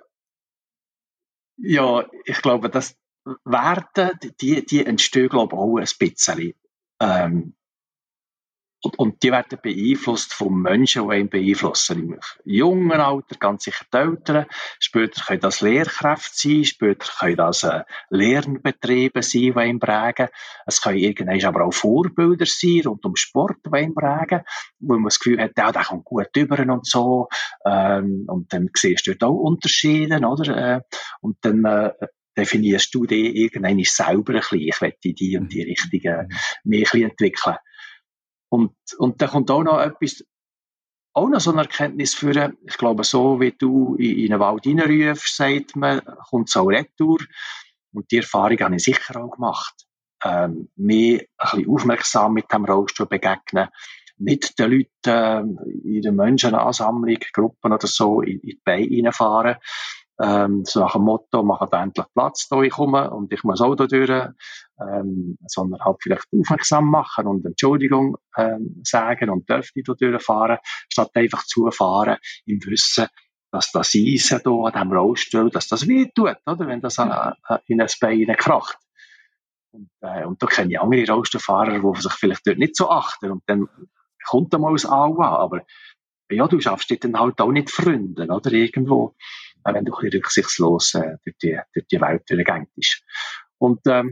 ja, ich glaube, dass Werte, die, die entstehen, glaube ich, auch ein bisschen. Ähm, Und, und die werden beeinflusst von Menschen, die ihn beeinflussen. Im jungen Alter ganz sicher die Eltern. Später können das Lehrkräfte sein. Später können das äh, Lernbetriebe sein, die ihn prägen. Es können irgendwann aber auch Vorbilder sein, rund um Sport, die ihn prägen. Wo man das Gefühl hat, ja, der kommt gut rüber und so. Ähm, und dann siehst du dort auch Unterschiede, oder? Äh, und dann, äh, definierst du dich irgendwann selber ein bisschen. Ich möchte die und die Richtung äh, mehr ein bisschen entwickeln. Und, und da kommt auch noch etwas, auch noch so eine Erkenntnis für, ich glaube, so wie du in, in einen Wald hineinrufst, sagt man, kommt es auch retour. Und die Erfahrung habe ich sicher auch gemacht. Ähm, mehr ein bisschen aufmerksam mit dem Rollstuhl begegnen, nicht den Leuten äh, in der Menschenansammlung, Gruppen oder so in, in die Beine reinfahren. Ähm, so nach dem Motto, mach endlich Platz, da ich komme und ich muss auch da durch, ähm, sondern halt vielleicht aufmerksam machen und Entschuldigung ähm, sagen und dürfte da durchfahren, statt einfach zufahren im Wissen, dass das Eisen da an diesem Rollstuhl, dass das weh tut, oder, wenn das an, an, in ein Bein kracht. Und, äh, und da kenne ich andere Rollstuhlfahrer, die sich vielleicht dort nicht so achten und dann kommt da mal aus Aua, aber ja, du schaffst dich dann halt auch nicht Freunde, oder, irgendwo, wenn du ein bisschen rücksichtslos äh, durch, die, durch die Welt durchgehst. Und ähm,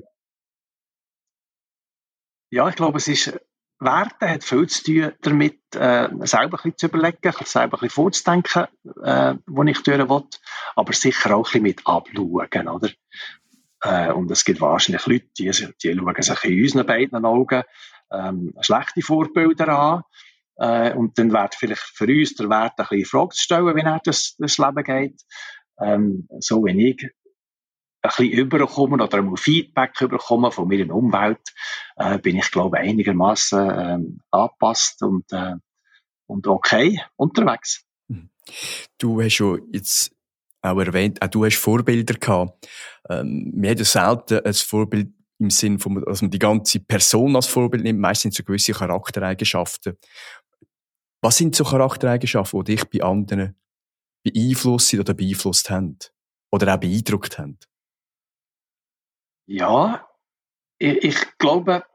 ja, ich glaube, es ist, Werte hat viel zu tun damit, äh, selber ein bisschen zu überlegen, selber ein bisschen vorzudenken, äh, wo ich durch will, aber sicher auch ein bisschen mit abschauen, oder? Äh, und es gibt wahrscheinlich Leute, die, die schauen sich in unseren beiden Augen ähm, schlechte Vorbilder an. Äh, und dann wird vielleicht für uns der Wert ein bisschen in Frage zu stellen, wie er das, das Leben geht. Ähm, so wie ich ein bisschen überkommen oder einmal Feedback überkommen von meiner Umwelt, äh, bin ich, glaube ich, einigermaßen ähm, angepasst und, äh, und okay unterwegs. Du hast schon jetzt auch erwähnt, auch du hast Vorbilder gehabt. Ähm, wir haben ja selten ein Vorbild im Sinn von, dass man die ganze Person als Vorbild nimmt. Meistens so gewisse Charaktereigenschaften. Was sind so Charaktereigenschaften, die dich bei anderen beeinflusst oder beeinflusst haben? Oder auch beeindruckt haben? Ja, ich, ich glaube,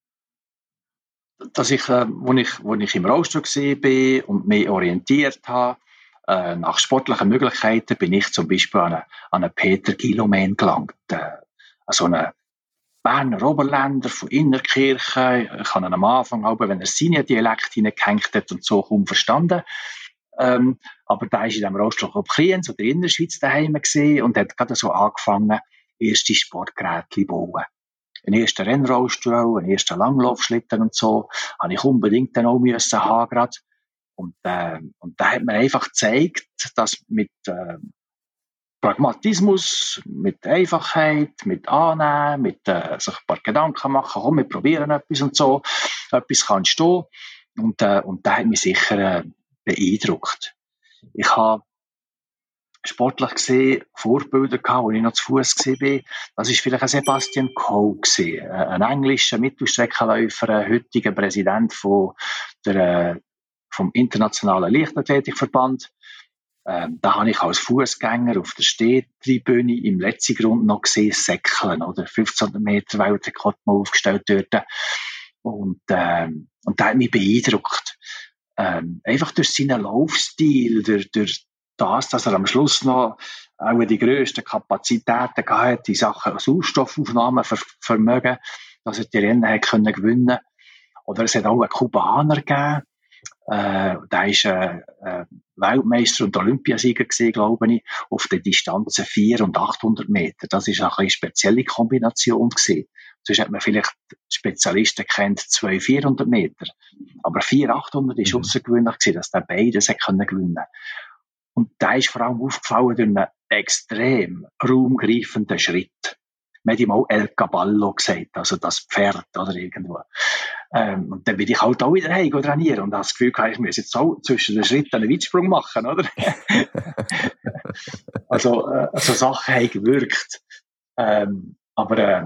dass ich, äh, wo ich, wo ich im Rollstuhl war und mich orientiert habe, äh, nach sportlichen Möglichkeiten, bin ich zum Beispiel an einen, an einen Peter Guillaumin gelangt. Äh, an so einen Berner Oberländer von Innerkirchen. Ich habe ihn am Anfang, auch wenn er seinen Dialekt hineingehängt hat und so kaum verstanden. Ähm, aber da war in diesem Rollstuhl auf Kriens oder in der Schweiz daheim gewesen und hat gerade so angefangen, erste Sportgeräte zu bauen. Einen ersten Rennrollstuhl, einen ersten Langlaufschlitten und so, habe ich unbedingt dann auch müssen haben gerade. Und, äh, und da hat mir einfach gezeigt, dass mit äh, Pragmatismus, mit Einfachheit, mit Annehmen, mit äh, sich ein paar Gedanken machen, komm, wir probieren etwas und so, etwas kann stehen. Und, äh, und das hat mich sicher äh, beeindruckt. Ich habe sportlich gesehen Vorbilder gehabt, als ich noch zu Fuß war. Das war vielleicht ein Sebastian Coe gewesen, ein englischer Mittelstreckenläufer, ein heutiger Präsident von der, vom Internationalen Leichtathletikverband. Ähm, da habe ich als Fußgänger auf der Stehtribüne im letzten Grund noch gesehen, säckeln, oder? fünfzehnhundert Meter Weltrekord mal aufgestellt dort. Und, ähm, und das hat mich beeindruckt. Ähm, einfach durch seinen Laufstil, durch, durch das, dass er am Schluss noch auch die grössten Kapazitäten hatte, die Sachen Sauerstoffaufnahme ver- vermögen, dass er die Rennen hat können gewinnen. Oder es hat auch einen Kubaner gegeben, äh, der ist äh, äh, Weltmeister und Olympiasieger gewesen, glaube ich, auf den Distanzen vierhundert und achthundert Meter. Das ist eine eine spezielle Kombination gewesen. Sonst hat man vielleicht Spezialisten kennt, zwei vierhundert Meter. Aber vier achthundert ist außergewöhnlich gewesen, dass der beides hat können gewinnen. Und da ist vor allem aufgefallen durch einen extrem raumgreifenden Schritt. Man hat ihm auch El Caballo gesagt, also das Pferd oder irgendwo. Ähm, und dann bin ich halt auch wieder heim trainieren und habe das Gefühl gehabt, ich muss jetzt auch zwischen den Schritten einen Weitsprung machen, oder? also, äh, so Sachen haben gewirkt. Ähm, aber, äh,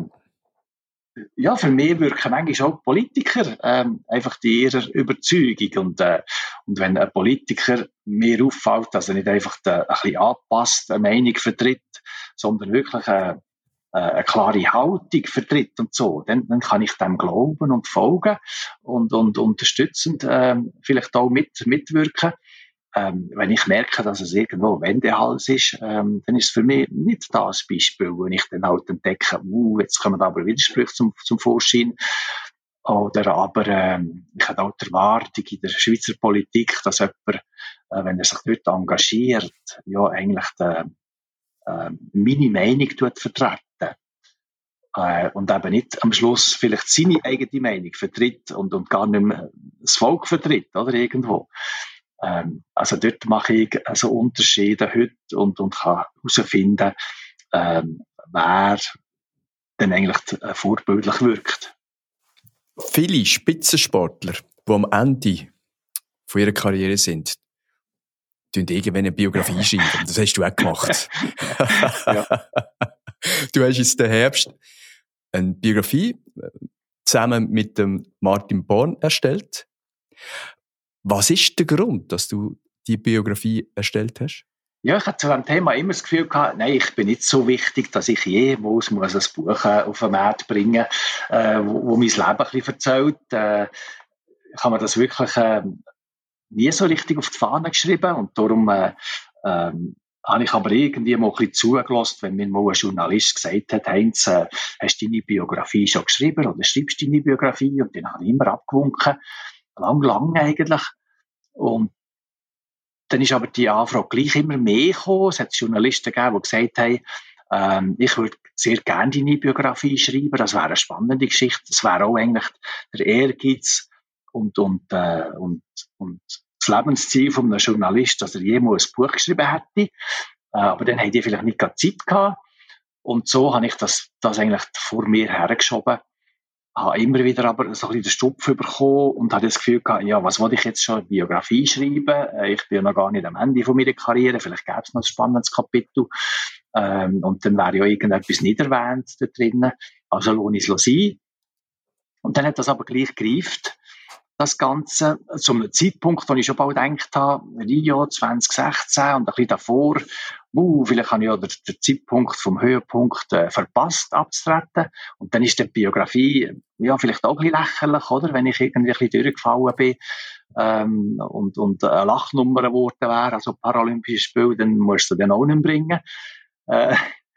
ja, für mich wirken manchmal auch Politiker, ähm, einfach die ihrer Überzeugung. Und, äh, und wenn ein Politiker mir auffällt, dass er nicht einfach de, ein bisschen angepasst eine Meinung vertritt, sondern wirklich, äh, eine klare Haltung vertritt und so, dann, dann kann ich dem glauben und folgen und, und unterstützend ähm, vielleicht auch mit, mitwirken. Ähm, wenn ich merke, dass es irgendwo Wendehals ist, ähm, dann ist es für mich nicht das Beispiel, wo ich dann halt entdecke, uh, jetzt kommen aber Widersprüche zum, zum Vorschein. Oder aber ähm, ich habe auch die Erwartung in der Schweizer Politik, dass jemand, äh, wenn er sich dort engagiert, ja eigentlich die, äh, meine Meinung vertreten. Äh, und eben nicht am Schluss vielleicht seine eigene Meinung vertritt und, und gar nicht mehr das Volk vertritt, oder irgendwo. Ähm, also dort mache ich also Unterschiede heute und, und kann herausfinden, ähm, wer dann eigentlich äh, vorbildlich wirkt. Viele Spitzensportler, die am Ende von ihrer Karriere sind, tun irgendwann eine Biografie schreiben. Das hast du auch gemacht. Ja. Du hast jetzt den Herbst eine Biografie zusammen mit dem Martin Born erstellt. Was ist der Grund, dass du die Biografie erstellt hast? Ja, ich hatte zu diesem Thema immer das Gefühl gehabt, nein, ich bin nicht so wichtig, dass ich jemals muss ein Buch äh, auf den Markt bringen muss, äh, wo, wo mein Leben ein bisschen erzählt. Äh, ich habe mir das wirklich äh, nie so richtig auf die Fahne geschrieben und darum äh, ähm, habe ich aber irgendwie mal ein bisschen zugelassen, wenn mir mal ein Journalist gesagt hat, Heinz, äh, hast du deine Biografie schon geschrieben oder schreibst du deine Biografie? Und den habe ich immer abgewunken. Lang, lang eigentlich. Und dann ist aber die Anfrage gleich immer mehr gekommen. Es hat Journalisten gegeben, die gesagt haben, ähm, ich würde sehr gerne deine Biografie schreiben. Das wäre eine spannende Geschichte. Das wäre auch eigentlich der Ehrgeiz und, und, äh, und, und das Lebensziel von einem Journalist, dass er jemals ein Buch geschrieben hätte. Äh, aber dann haben die vielleicht nicht gerade Zeit gehabt. Und so habe ich das, das eigentlich vor mir hergeschoben. Habe immer wieder aber so ein bisschen den Stupf bekommen und habe das Gefühl gehabt, ja, was wollte ich jetzt schon, Biografie schreiben? Ich bin ja noch gar nicht am Ende von meiner Karriere, vielleicht gäbe es noch ein spannendes Kapitel. Ähm, und dann wäre ja irgendetwas nicht erwähnt da drinnen. Also lohne ich es sein. Und dann hat das aber gleich gereift, das Ganze, zu einem Zeitpunkt, wo ich schon bald gedacht habe, Rio zwanzig sechzehn und ein bisschen davor, uh, vielleicht habe ich ja den, den Zeitpunkt vom Höhepunkt äh, verpasst abzutreten. Und dann ist die Biografie ja vielleicht auch ein bisschen lächerlich, oder? Wenn ich irgendwie ein bisschen durchgefallen bin ähm, und, und eine Lachnummer geworden wäre, also Paralympische Spiele, dann musst du den auch nicht bringen. Äh,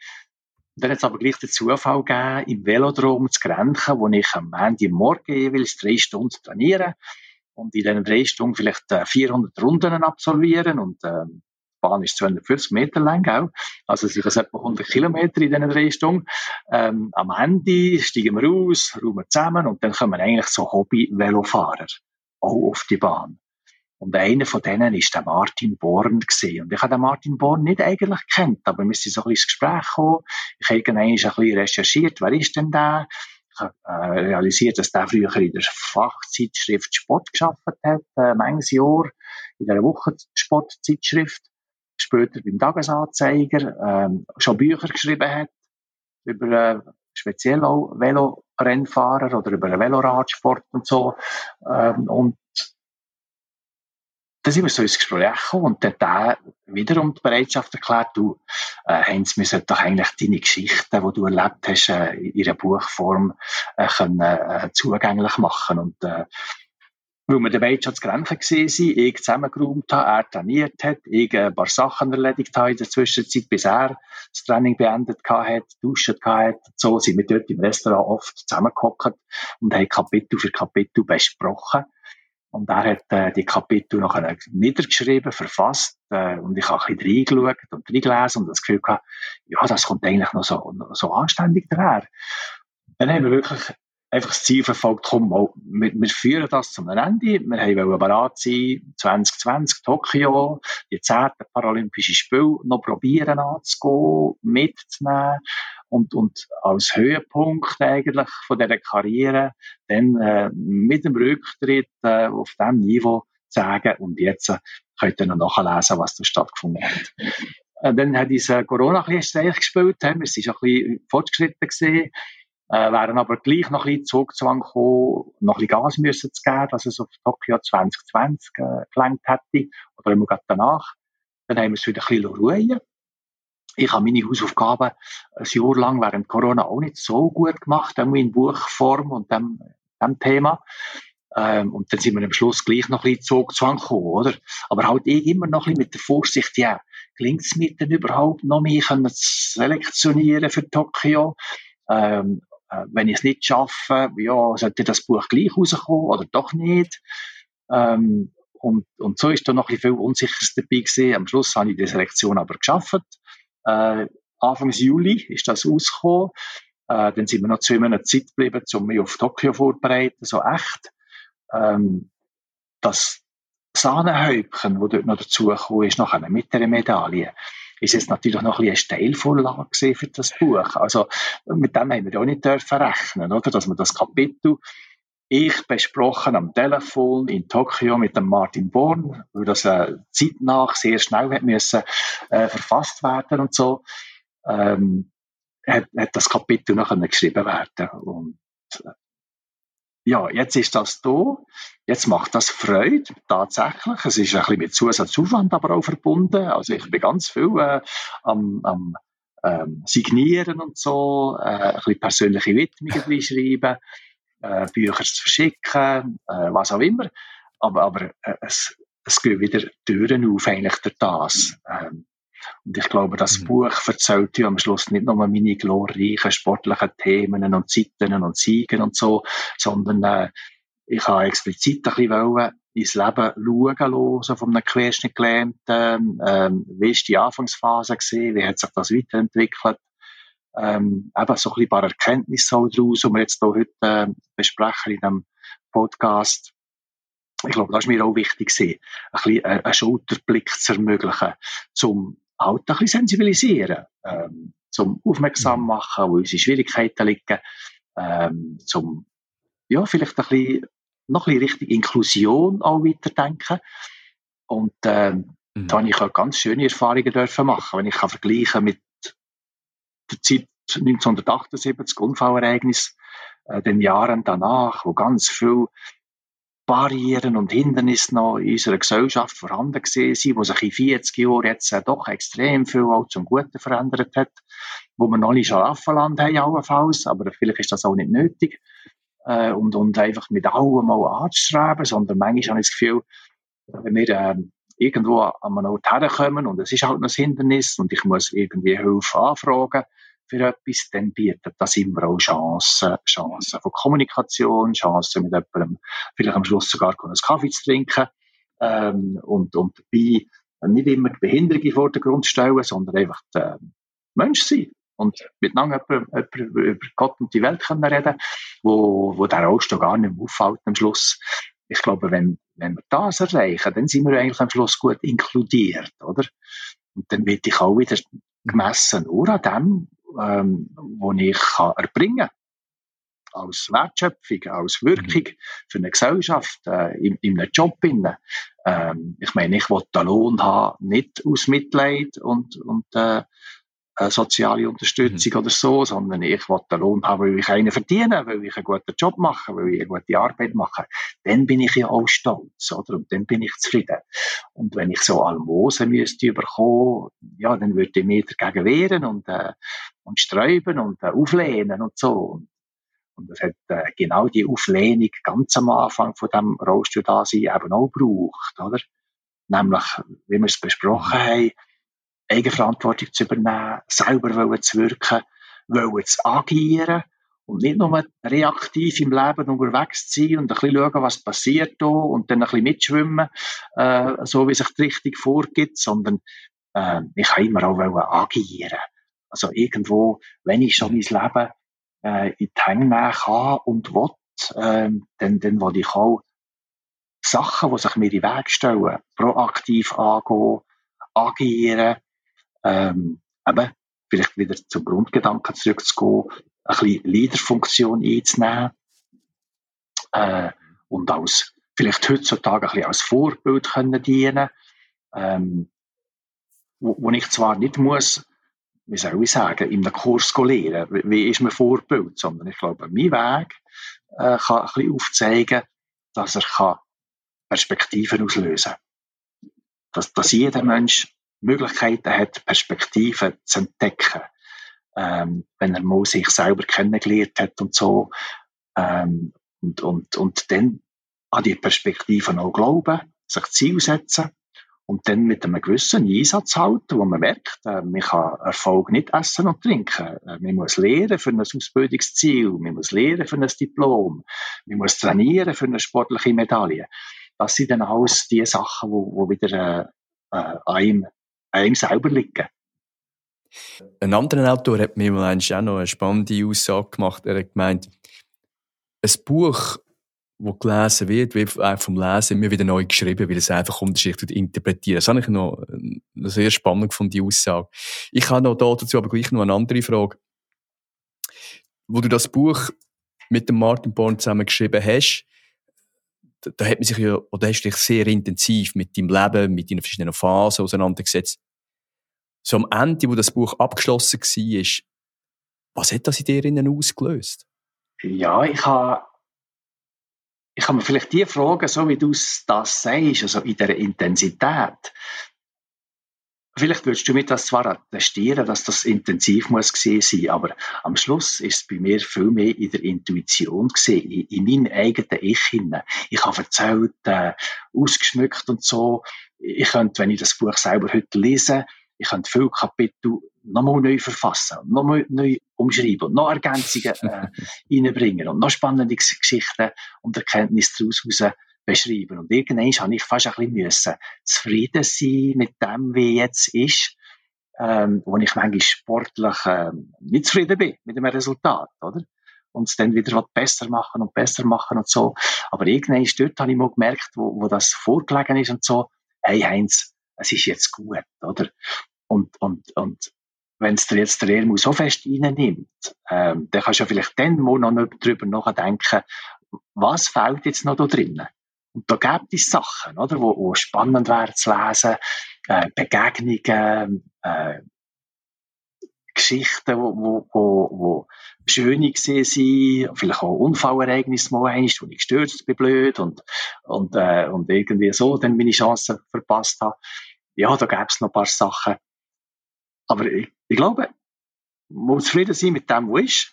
Dann hat es aber gleich den Zufall gegeben, im Velodrom zu Grenchen, wo ich am Montagmorgen jeweils drei Stunden trainiere und in diesen drei Stunden vielleicht äh, vierhundert Runden absolvieren und äh, die Bahn ist zweihundertfünfzig Meter lang, auch. Also es sind etwa hundert Kilometer in diesen drei Stunden. Ähm, am Ende steigen wir aus, räumen zusammen und dann kommen eigentlich so Hobby-Velofahrer auch auf die Bahn. Und einer von denen war der Martin Born gewesen. Und ich habe den Martin Born nicht eigentlich gekannt, aber wir sind so ein bisschen ins Gespräch gekommen. Ich habe irgendwann ein bisschen recherchiert, wer ist denn der? Ich habe äh, realisiert, dass der früher in der Fachzeitschrift Sport gearbeitet hat, äh, manches Jahr, in der Wochensportzeitschrift, später beim Tagesanzeiger, ähm, schon Bücher geschrieben hat, über äh, speziell auch Velorennfahrer oder über Veloradsport und so. Ähm, und dann sind wir so ins Gespräch gekommen und dann hat er wiederum die Bereitschaft erklärt, du, äh, Heinz, wir sollten doch eigentlich deine Geschichten, die du erlebt hast, äh, in ihrer Buchform äh, können, äh, zugänglich machen. Und äh, weil wir dabei schon zu Grenzen gewesen sind, ich zusammengeräumt habe, er trainiert hat, ich ein paar Sachen erledigt habe in der Zwischenzeit, bis er das Training beendet hat, duschen hat. So sind wir dort im Restaurant oft zusammengehockt und haben Kapitel für Kapitel besprochen. Und er hat äh, die Kapitel nachher niedergeschrieben, verfasst, äh, und ich habe ein bisschen reingeschaut und reingelesen und das Gefühl gehabt, ja, das kommt eigentlich noch so, noch so anständig daher. Dann haben wir wirklich einfach das Ziel verfolgt, komm, mal, wir, wir führen das zum Ende. Wir wollen bereit sein, zwanzig zwanzig Tokio, die zehnten Paralympische Spiele noch probieren anzugehen, mitzunehmen. Und, und als Höhepunkt eigentlich von dieser Karriere dann äh, mit dem Rücktritt äh, auf diesem Niveau zu sagen, und jetzt äh, könnt ihr noch nachlesen, was da stattgefunden hat. Äh, dann hat uns äh, Corona ein bisschen Streich gespielt, äh, wir sind schon ein bisschen fortgeschritten gewesen, äh, wären aber gleich noch ein bisschen Zugzwang gekommen, noch ein bisschen Gas müssen zu geben, dass es auf Tokio zwanzig zwanzig äh, gelangt hätte, oder immer gerade danach. Dann haben wir es wieder ein bisschen ruhen. Ich habe meine Hausaufgaben ein Jahr lang während Corona auch nicht so gut gemacht, auch in Buchform und dem, dem Thema. Ähm, und dann sind wir am Schluss gleich noch ein bisschen Zugzwang gekommen, oder? Aber halt ich immer noch ein bisschen mit der Vorsicht, ja, gelingt es mir denn überhaupt noch mehr können zu selektionieren für Tokio? Ähm, äh, wenn ich es nicht schaffe, ja, sollte das Buch gleich rauskommen oder doch nicht? Ähm, und, und so ist da noch ein bisschen viel Unsicheres dabei gewesen. Am Schluss habe ich die Selektion aber geschafft. Äh, Anfang Juli ist das rausgekommen. Äh, dann sind wir noch zwei Monate Zeit geblieben, um mich auf Tokio vorzubereiten, so echt. Ähm, das Sahnehäubchen, das dort noch dazugekommen ist, nachher mit der Medaille, ist jetzt natürlich noch ein bisschen eine Steilvorlage für das Buch. Also, mit dem haben wir ja auch nicht dürfen rechnen, oder? Dass wir das Kapitel, ich besprochen am Telefon in Tokio mit dem Martin Born, weil das äh, zeitnach sehr schnell hat müssen, äh, verfasst werden und so, ähm, hat, hat das Kapitel noch geschrieben werden. Und äh, ja, jetzt ist das da. Jetzt macht das Freude, tatsächlich. Es ist ein bisschen mit Zusatzaufwand aber auch verbunden. Also ich bin ganz viel äh, am, am ähm, Signieren und so, äh, ein bisschen persönliche Widmungen reinschreiben, äh, Bücher zu verschicken, äh, was auch immer. Aber, aber äh, es, es gehen wieder Türen auf, eigentlich durch das. Ähm, und ich glaube, das mhm. Buch erzählt ja am Schluss nicht nur meine glorreichen sportlichen Themen und Zeiten und Siegen und so, sondern äh, ich habe explizit ein bisschen wollen, ins Leben schauen lassen, so von einem Querschnittgelähmten. Ähm, wie war die Anfangsphase gewesen? Wie hat sich das weiterentwickelt? Ähm, eben so ein bisschen ein paar Erkenntnisse auch daraus, die wir jetzt hier heute äh, besprechen in diesem Podcast. Ich glaube, das ist mir auch wichtig gewesen, ein bisschen äh, einen Schulterblick zu ermöglichen, zum halt ein bisschen sensibilisieren, ähm, zum aufmerksam machen, wo unsere Schwierigkeiten liegen, ähm, zum, ja, vielleicht ein bisschen, noch ein bisschen Richtung Inklusion auch weiterdenken. Und, ähm, mhm. da habe ich auch ganz schöne Erfahrungen dürfen machen, wenn ich kann vergleichen mit der Zeit neunzehnhundertachtundsiebzig, Unfallereignis, äh, den Jahren danach, wo ganz viel Barrieren und Hindernisse noch in unserer Gesellschaft vorhanden gewesen sind, wo sich in vierzig Jahren jetzt äh, doch extrem viel auch zum Guten verändert hat, wo wir noch nicht Schlaraffenland haben, allenfalls, aber vielleicht ist das auch nicht nötig, äh, und, und einfach mit allem mal anzustreben, sondern manchmal habe ich das Gefühl, wenn wir äh, irgendwo an einem Ort herkommen und es ist halt noch ein Hindernis und ich muss irgendwie Hilfe anfragen für etwas, dann bietet das immer auch Chancen, Chancen von Kommunikation, Chancen mit jemandem, vielleicht am Schluss sogar einen Kaffee zu trinken, ähm, und, und dabei nicht immer die Behinderung in den Vordergrund stellen, sondern einfach der Mensch sein und miteinander über, über, über Gott und die Welt können reden, wo, wo der Rollstuhl gar nicht mehr auffällt am Schluss. Ich glaube, wenn, wenn wir das erreichen, dann sind wir eigentlich am Schluss gut inkludiert, oder? Und dann wird ich auch wieder gemessen nur an dem, ähm, was ich kann erbringen kann. Als Wertschöpfung, als Wirkung für eine Gesellschaft, äh, in, in einem Job. Ähm, ich meine, ich will den Lohn haben, nicht aus Mitleid und, und äh, eine soziale Unterstützung mhm. oder so, sondern ich will den Lohn haben, weil ich einen verdiene, weil ich einen guten Job mache, weil ich eine gute Arbeit mache. Dann bin ich ja auch stolz, oder? Und dann bin ich zufrieden. Und wenn ich so Almosen müsste bekommen, ja, dann würde ich mich dagegen wehren und, äh, und sträuben und äh, auflehnen und so. Und das hat äh, genau die Auflehnung ganz am Anfang von dem Rollstuhl-Dasein eben auch gebraucht, oder? Nämlich, wie wir es besprochen haben, Eigenverantwortung zu übernehmen, selber wollen zu wirken, wollen zu agieren und nicht nur reaktiv im Leben unterwegs zu sein und ein bisschen schauen, was passiert da und dann ein bisschen mitschwimmen, äh, so wie sich die Richtung vorgibt, sondern äh, ich kann immer auch wollen agieren. Also irgendwo, wenn ich schon mein Leben äh, in die Hänge nehmen kann und will, äh, dann, dann will ich auch Sachen, die sich mir in den Weg stellen, proaktiv angehen, agieren, ähm, eben, vielleicht wieder zum Grundgedanken zurückzugehen, ein bisschen Leaderfunktion einzunehmen, äh, und als, vielleicht heutzutage ein bisschen als Vorbild können dienen, ähm, wo, wo ich zwar nicht muss, wie soll ich sagen, in einem Kurs lernen, wie, wie ist mein Vorbild, sondern ich glaube, mein Weg äh, kann ein bisschen aufzeigen, dass er kann Perspektiven auslösen kann. Dass, dass jeder Mensch Möglichkeiten hat, Perspektiven zu entdecken, ähm, wenn er mal sich selber kennengelernt hat und so. Ähm, und, und, und dann an die Perspektiven auch glauben, sich Ziel setzen und dann mit einem gewissen Einsatz halten, wo man merkt, äh, man kann Erfolg nicht essen und trinken. Äh, man muss lernen für ein Ausbildungsziel, man muss lernen für ein Diplom, man muss trainieren für eine sportliche Medaille. Das sind dann alles die Sachen, die, die wieder äh, äh, an, ihm, an ihm selber liegen. Ein anderer Autor hat mir mal auch noch eine spannende Aussage gemacht. Er hat gemeint, ein Buch, das gelesen wird, wird auch vom Lesen immer wieder neu geschrieben, weil es einfach unterschiedlich interpretiert. Das habe ich noch sehr spannend gefunden, die Aussage. Ich habe noch dazu aber gleich noch eine andere Frage. Wo du das Buch mit dem Martin Born zusammen geschrieben hast, da, da hat man sich ja, oder hast du dich sehr intensiv mit deinem Leben, mit deinen verschiedenen Phasen auseinandergesetzt. So am Ende, wo das Buch abgeschlossen war, was hat das in dir innen ausgelöst? Ja, ich habe, ich habe mir vielleicht die Frage, so wie du das sagst, also in der Intensität, vielleicht würdest du mir das zwar attestieren, dass das intensiv muss gewesen sein, aber am Schluss ist es bei mir viel mehr in der Intuition gewesen, in, in meinem eigenen Ich hinein. Ich habe erzählt, äh, ausgeschmückt und so. Ich könnte, wenn ich das Buch selber heute lese, ich könnte viele Kapitel nochmal neu verfassen, nochmal neu umschreiben und noch Ergänzungen äh, reinbringen und noch spannende Geschichten und Erkenntnisse daraus heraus beschreiben. Und irgendwann habe ich fast ein bisschen müssen zufrieden sein mit dem, wie jetzt ist, ähm, wo ich manchmal sportlich ähm, nicht zufrieden bin mit dem Resultat, oder? Und es dann wieder besser machen und besser machen und so. Aber irgendwann dort habe ich mal gemerkt, wo, wo das vorgelegen ist und so, hey Heinz, es ist jetzt gut, oder? Und, und, und wenn es dir jetzt der Elmo so fest reinnimmt, ähm, dann kannst du ja vielleicht dann mal noch drüber nachdenken, was fehlt jetzt noch da drinnen? Und da gibt es Sachen, oder, wo, wo spannend wäre zu lesen, äh, Begegnungen, äh, Geschichten, wo, wo, wo, wo schöne gesehen sind, vielleicht auch Unfallereignisse mal eins, wo ich gestürzt bin, blöd, und, und, äh, und irgendwie so dann meine Chancen verpasst habe. Ja, da gäbe es noch ein paar Sachen. Aber ich, ich glaube, man muss zufrieden sein mit dem, was ist.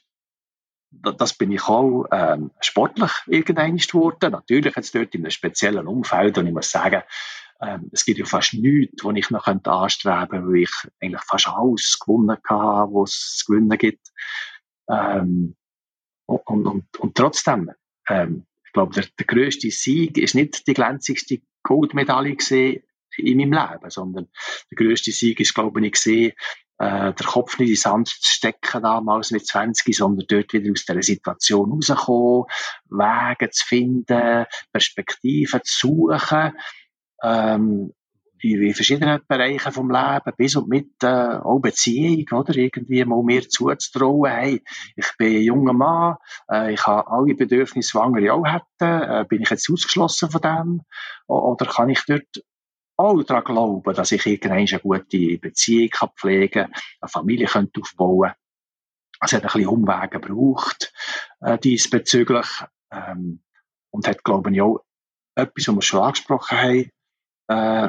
Das bin ich auch ähm, sportlich irgendwann geworden. Natürlich jetzt dort in einem speziellen Umfeld. Und ich muss sagen, ähm, es gibt ja fast nichts, was ich noch anstreben könnte, weil ich eigentlich fast alles gewonnen habe, was es zu gewinnen gibt. Ähm, und, und, und trotzdem, ähm, ich glaube, der, der grösste Sieg ist nicht die glänzigste Goldmedaille gesehen in meinem Leben, sondern der grösste Sieg ist, glaube ich, gesehen, äh, der Kopf nicht in den Sand zu stecken damals mit zwanzig, sondern dort wieder aus dieser Situation rauskommen, Wege zu finden, Perspektiven zu suchen, ähm, in, in verschiedenen Bereichen vom Leben, bis und mit äh, auch Beziehung, oder? Irgendwie mal mir zuzutrauen, hey, ich bin ein junger Mann, äh, ich habe alle Bedürfnisse, die andere auch hätten, äh, bin ich jetzt ausgeschlossen von dem? Oder kann ich dort auch daran glauben, dass ich irgendwann eine gute Beziehung kann pflegen kann, eine Familie könnte aufbauen könnte. Es hat ein bisschen Umwege gebraucht, äh, diesbezüglich, ähm, und hat, glaube ich, auch etwas, was wir schon angesprochen haben, äh,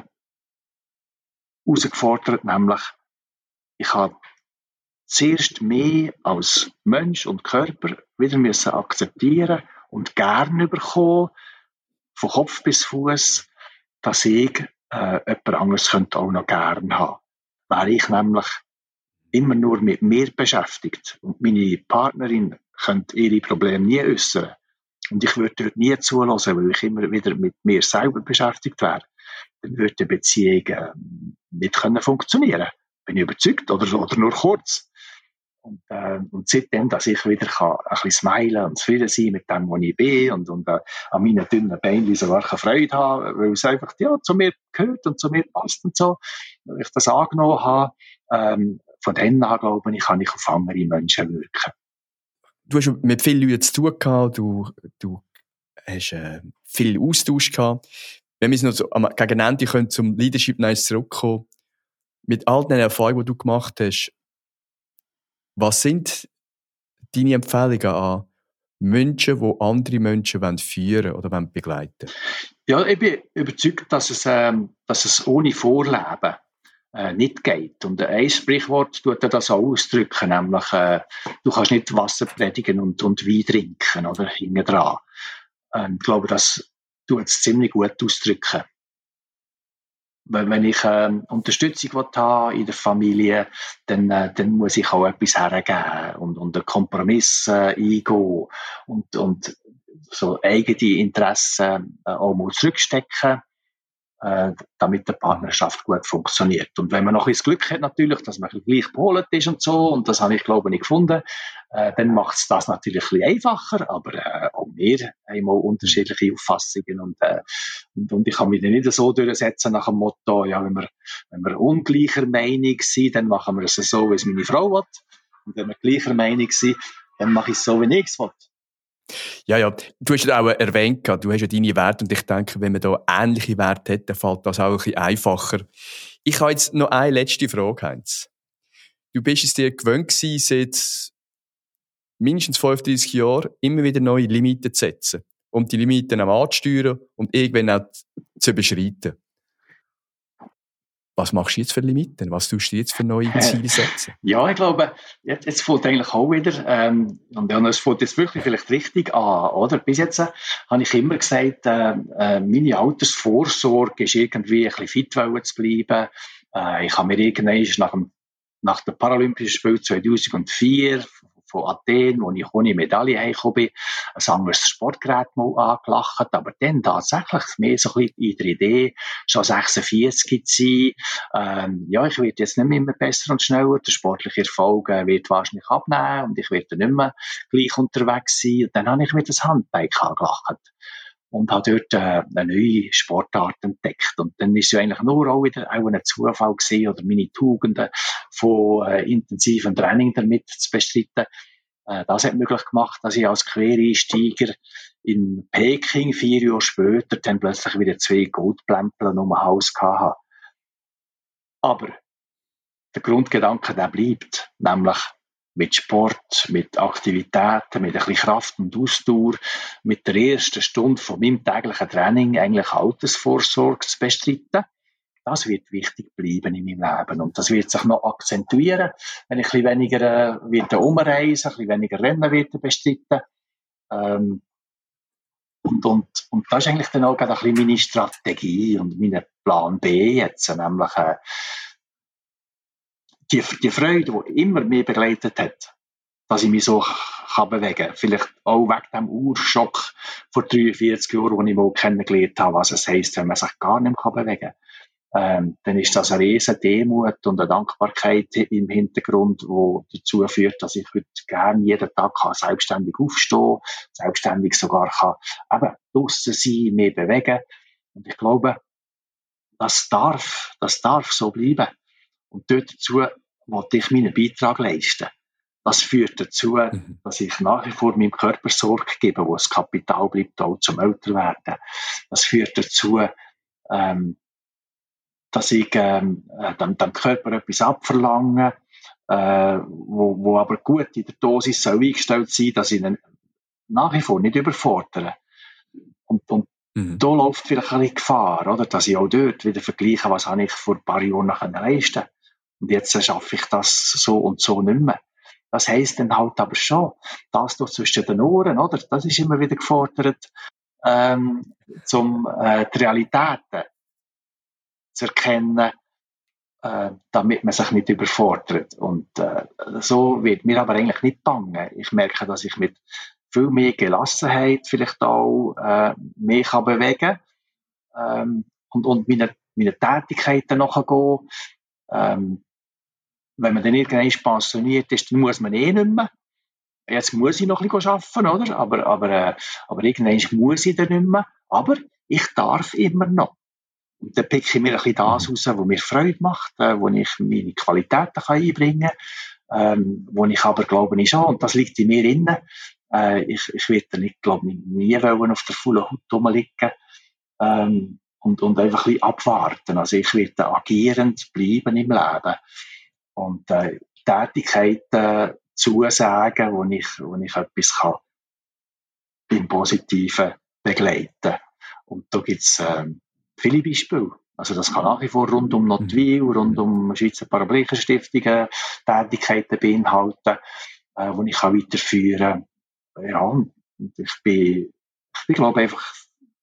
herausgefordert, nämlich, ich habe zuerst mehr als Mensch und Körper wieder müssen akzeptieren und gern bekommen, von Kopf bis Fuß, dass ich äh, jemand anderes könnte auch noch gern haben. Wäre ich nämlich immer nur mit mir beschäftigt und meine Partnerin könnte ihre Probleme nie äußern und ich würde dort nie zulassen, weil ich immer wieder mit mir selber beschäftigt wäre, dann würde die Beziehung äh, nicht können funktionieren. Bin ich überzeugt, oder, oder nur kurz. Und, äh, und seitdem, dass ich wieder kann, ein bisschen smilen und zufrieden sein mit dem, wo ich bin und, und äh, an meinen dünnen Beinen sogar Freude haben, weil es einfach ja, zu mir gehört und zu mir passt und so, weil ich das angenommen habe. Ähm, von dann an, glaube ich, kann ich auf andere Menschen wirken. Du hast mit vielen Leuten zu tun gehabt, du, du hast äh, viel Austausch gehabt. Wenn wir es noch so, gegen Ende können, zum Leadership Nice zurückkommen, mit all den Erfahrungen, die du gemacht hast, was sind deine Empfehlungen an Menschen, die andere Menschen führen oder begleiten wollen? Ja, ich bin überzeugt, dass es, ähm, dass es ohne Vorleben äh, nicht geht. Und ein Sprichwort tut das auch ausdrücken, nämlich äh, du kannst nicht Wasser predigen und, und Wein trinken, oder, hinten dran. Ähm, ich glaube, das tut es ziemlich gut ausdrücken. Weil wenn ich ähm, Unterstützung haben in der Familie, dann, äh, dann muss ich auch etwas hergeben und, und einen Kompromiss äh, eingehen und, und so eigene Interessen äh, auch mal zurückstecken, äh, damit die Partnerschaft gut funktioniert. Und wenn man noch ein bisschen Glück hat natürlich, dass man gleich gepolt ist und so, und das habe ich glaube ich gefunden, äh, dann macht es das natürlich ein bisschen einfacher, aber äh, auch wir haben auch unterschiedliche Auffassungen und, äh, und, und ich kann mich nicht so durchsetzen nach dem Motto, ja, wenn wir, wenn wir ungleicher Meinung sind, dann machen wir es so, wie es meine Frau will, und wenn wir gleicher Meinung sind, dann mache ich es so, wie ich es will. Ja, ja. Du hast ja auch erwähnt, du hast ja deine Werte und ich denke, wenn man da ähnliche Werte hat, dann fällt das auch ein bisschen einfacher. Ich habe jetzt noch eine letzte Frage, Heinz. Du bist es dir gewöhnt gewesen, seit mindestens fünfunddreissig Jahren immer wieder neue Limiten zu setzen und die Limiten auch anzusteuern und irgendwann auch zu überschreiten. Was machst du jetzt für Limiten? Was tust du jetzt für neue Ziele setzen? Ja, ich glaube, jetzt, jetzt fängt eigentlich auch wieder, ähm, und ja, es fängt jetzt wirklich vielleicht richtig an, oder? Bis jetzt äh, habe ich immer gesagt, äh, äh, meine Altersvorsorge ist irgendwie ein bisschen fit zu bleiben. Äh, ich habe mir irgendwann nach, dem, nach den Paralympischen Spielen zweitausendvier von Athen, wo ich ohne Medaille heimgekommen bin, ein anderes Sportgerät mal angelacht, aber dann tatsächlich mehr so ein bisschen in der Idee, schon sechsundvierzig zu sein, ähm, ja, ich werde jetzt nicht mehr immer besser und schneller, der sportliche Erfolg äh, wird wahrscheinlich abnehmen und ich werde nicht mehr gleich unterwegs sein. Und dann habe ich mir das Handbike angelacht und habe dort äh, eine neue Sportart entdeckt. Und dann ist es ja eigentlich nur auch wieder auch ein Zufall gewesen, oder meine Tugenden von äh, intensivem Training damit zu bestreiten. Äh, das hat möglich gemacht, dass ich als Quereinsteiger in Peking vier Jahre später dann plötzlich wieder zwei Goldplempeln um den Hals hatte. Aber der Grundgedanke, der bleibt, nämlich mit Sport, mit Aktivitäten, mit ein bisschen Kraft und Ausdauer, mit der ersten Stunde von meinem täglichen Training eigentlich Altersvorsorge zu bestreiten. Das wird wichtig bleiben in meinem Leben. Und das wird sich noch akzentuieren, wenn ich ein bisschen weniger äh, wird umreisen, ein bisschen weniger Rennen wird bestreiten. Ähm, und, und, und das ist eigentlich dann auch ein bisschen meine Strategie und mein Plan B jetzt, nämlich äh, Die, die Freude, die immer mich begleitet hat, dass ich mich so kann bewegen kann. Vielleicht auch wegen dem Urschock vor dreiundvierzig Jahren, wo ich mal kennengelernt habe, was es heisst, wenn man sich gar nicht mehr bewegen kann. Ähm, dann ist das eine riesen Demut und eine Dankbarkeit im Hintergrund, die dazu führt, dass ich heute gerne jeden Tag kann selbstständig aufstehen, selbstständig sogar kann eben draussen sein, mich bewegen. Und ich glaube, das darf, das darf so bleiben. Und dort dazu wollte ich meinen Beitrag leisten. Das führt dazu, mhm. dass ich nach wie vor meinem Körper Sorge gebe, wo das Kapital bleibt, auch zum Älterwerden. Das führt dazu, ähm, dass ich ähm, dem, dem Körper etwas abverlange, äh, wo, wo aber gut in der Dosis soll eingestellt sein, dass ich ihn nach wie vor nicht überfordere. Und, und mhm. da läuft vielleicht eine Gefahr, oder? Dass ich auch dort wieder vergleiche, was habe ich vor ein paar Jahren noch leisten können. Und jetzt schaffe ich das so und so nicht mehr. das heisst dann halt aber schon, das durch zwischen den Ohren, oder? Das ist immer wieder gefordert, ähm, zum, äh, die Realitäten zu erkennen, äh, damit man sich nicht überfordert. Und, äh, so wird mir aber eigentlich nicht bange. Ich merke, dass ich mit viel mehr Gelassenheit vielleicht auch, äh, mehr kann bewegen, ähm, und, und meine, meine Tätigkeiten nachgehen. Ähm, wenn man dann irgendwann pensioniert ist, dann muss man eh nicht mehr. Jetzt muss ich noch ein bisschen arbeiten, oder? Aber, aber, äh, aber irgendwann muss ich dann nicht mehr. Aber ich darf immer noch. Und dann picke ich mir ein bisschen das raus, was mir Freude macht, äh, wo ich meine Qualitäten kann einbringen kann, ähm, wo ich aber glaube ich schon, und das liegt in mir innen, äh, ich, ich werde nicht, glaube ich, nie wollen auf der faulen Haut rumliegen, ähm, und, und einfach ein bisschen abwarten. Also ich werde agierend bleiben im Leben. Und äh, Tätigkeiten zusagen, wo ich, wo ich etwas kann im Positiven begleiten. Und da gibt es ähm, viele Beispiele. Also das kann nach wie vor rund um Notwil, rund um Schweizer Paraplykenstiftungen Tätigkeiten beinhalten, äh, die ich kann weiterführen kann. Ja, und ich bin, ich bin glaube einfach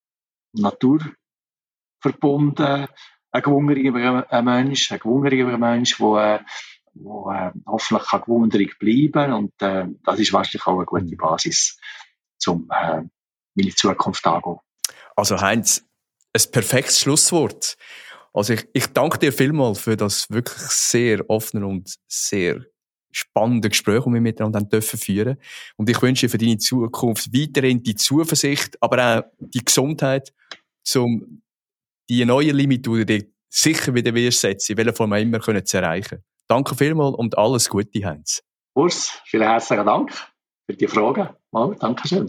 naturverbunden, ein gewunderiger Mensch, ein gewunderiger Mensch, der wo äh, hoffentlich kann gewundrig bleiben, und äh, das ist wahrscheinlich auch eine gute Basis, um äh, meine Zukunft anzugehen. Also Heinz, ein perfektes Schlusswort. Also ich, ich danke dir vielmals für das wirklich sehr offene und sehr spannende Gespräch, das wir miteinander dürfen führen. Und ich wünsche dir für deine Zukunft weiterhin die Zuversicht, aber auch die Gesundheit, um die neuen Limite, die du dir sicher wieder wirst setzen, in welcher Form auch immer können zu erreichen. Danke vielmals und alles Gute, Heinz. Urs, vielen herzlichen Dank für die Fragen. Mal, danke schön.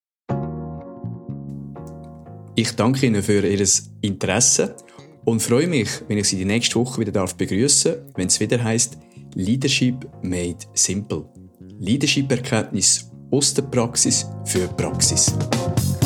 Ich danke Ihnen für Ihr Interesse und freue mich, wenn ich Sie die nächste Woche wieder begrüßen darf, wenn es wieder heisst Leadership made simple. Leadership-Erkenntnis aus der Praxis für Praxis.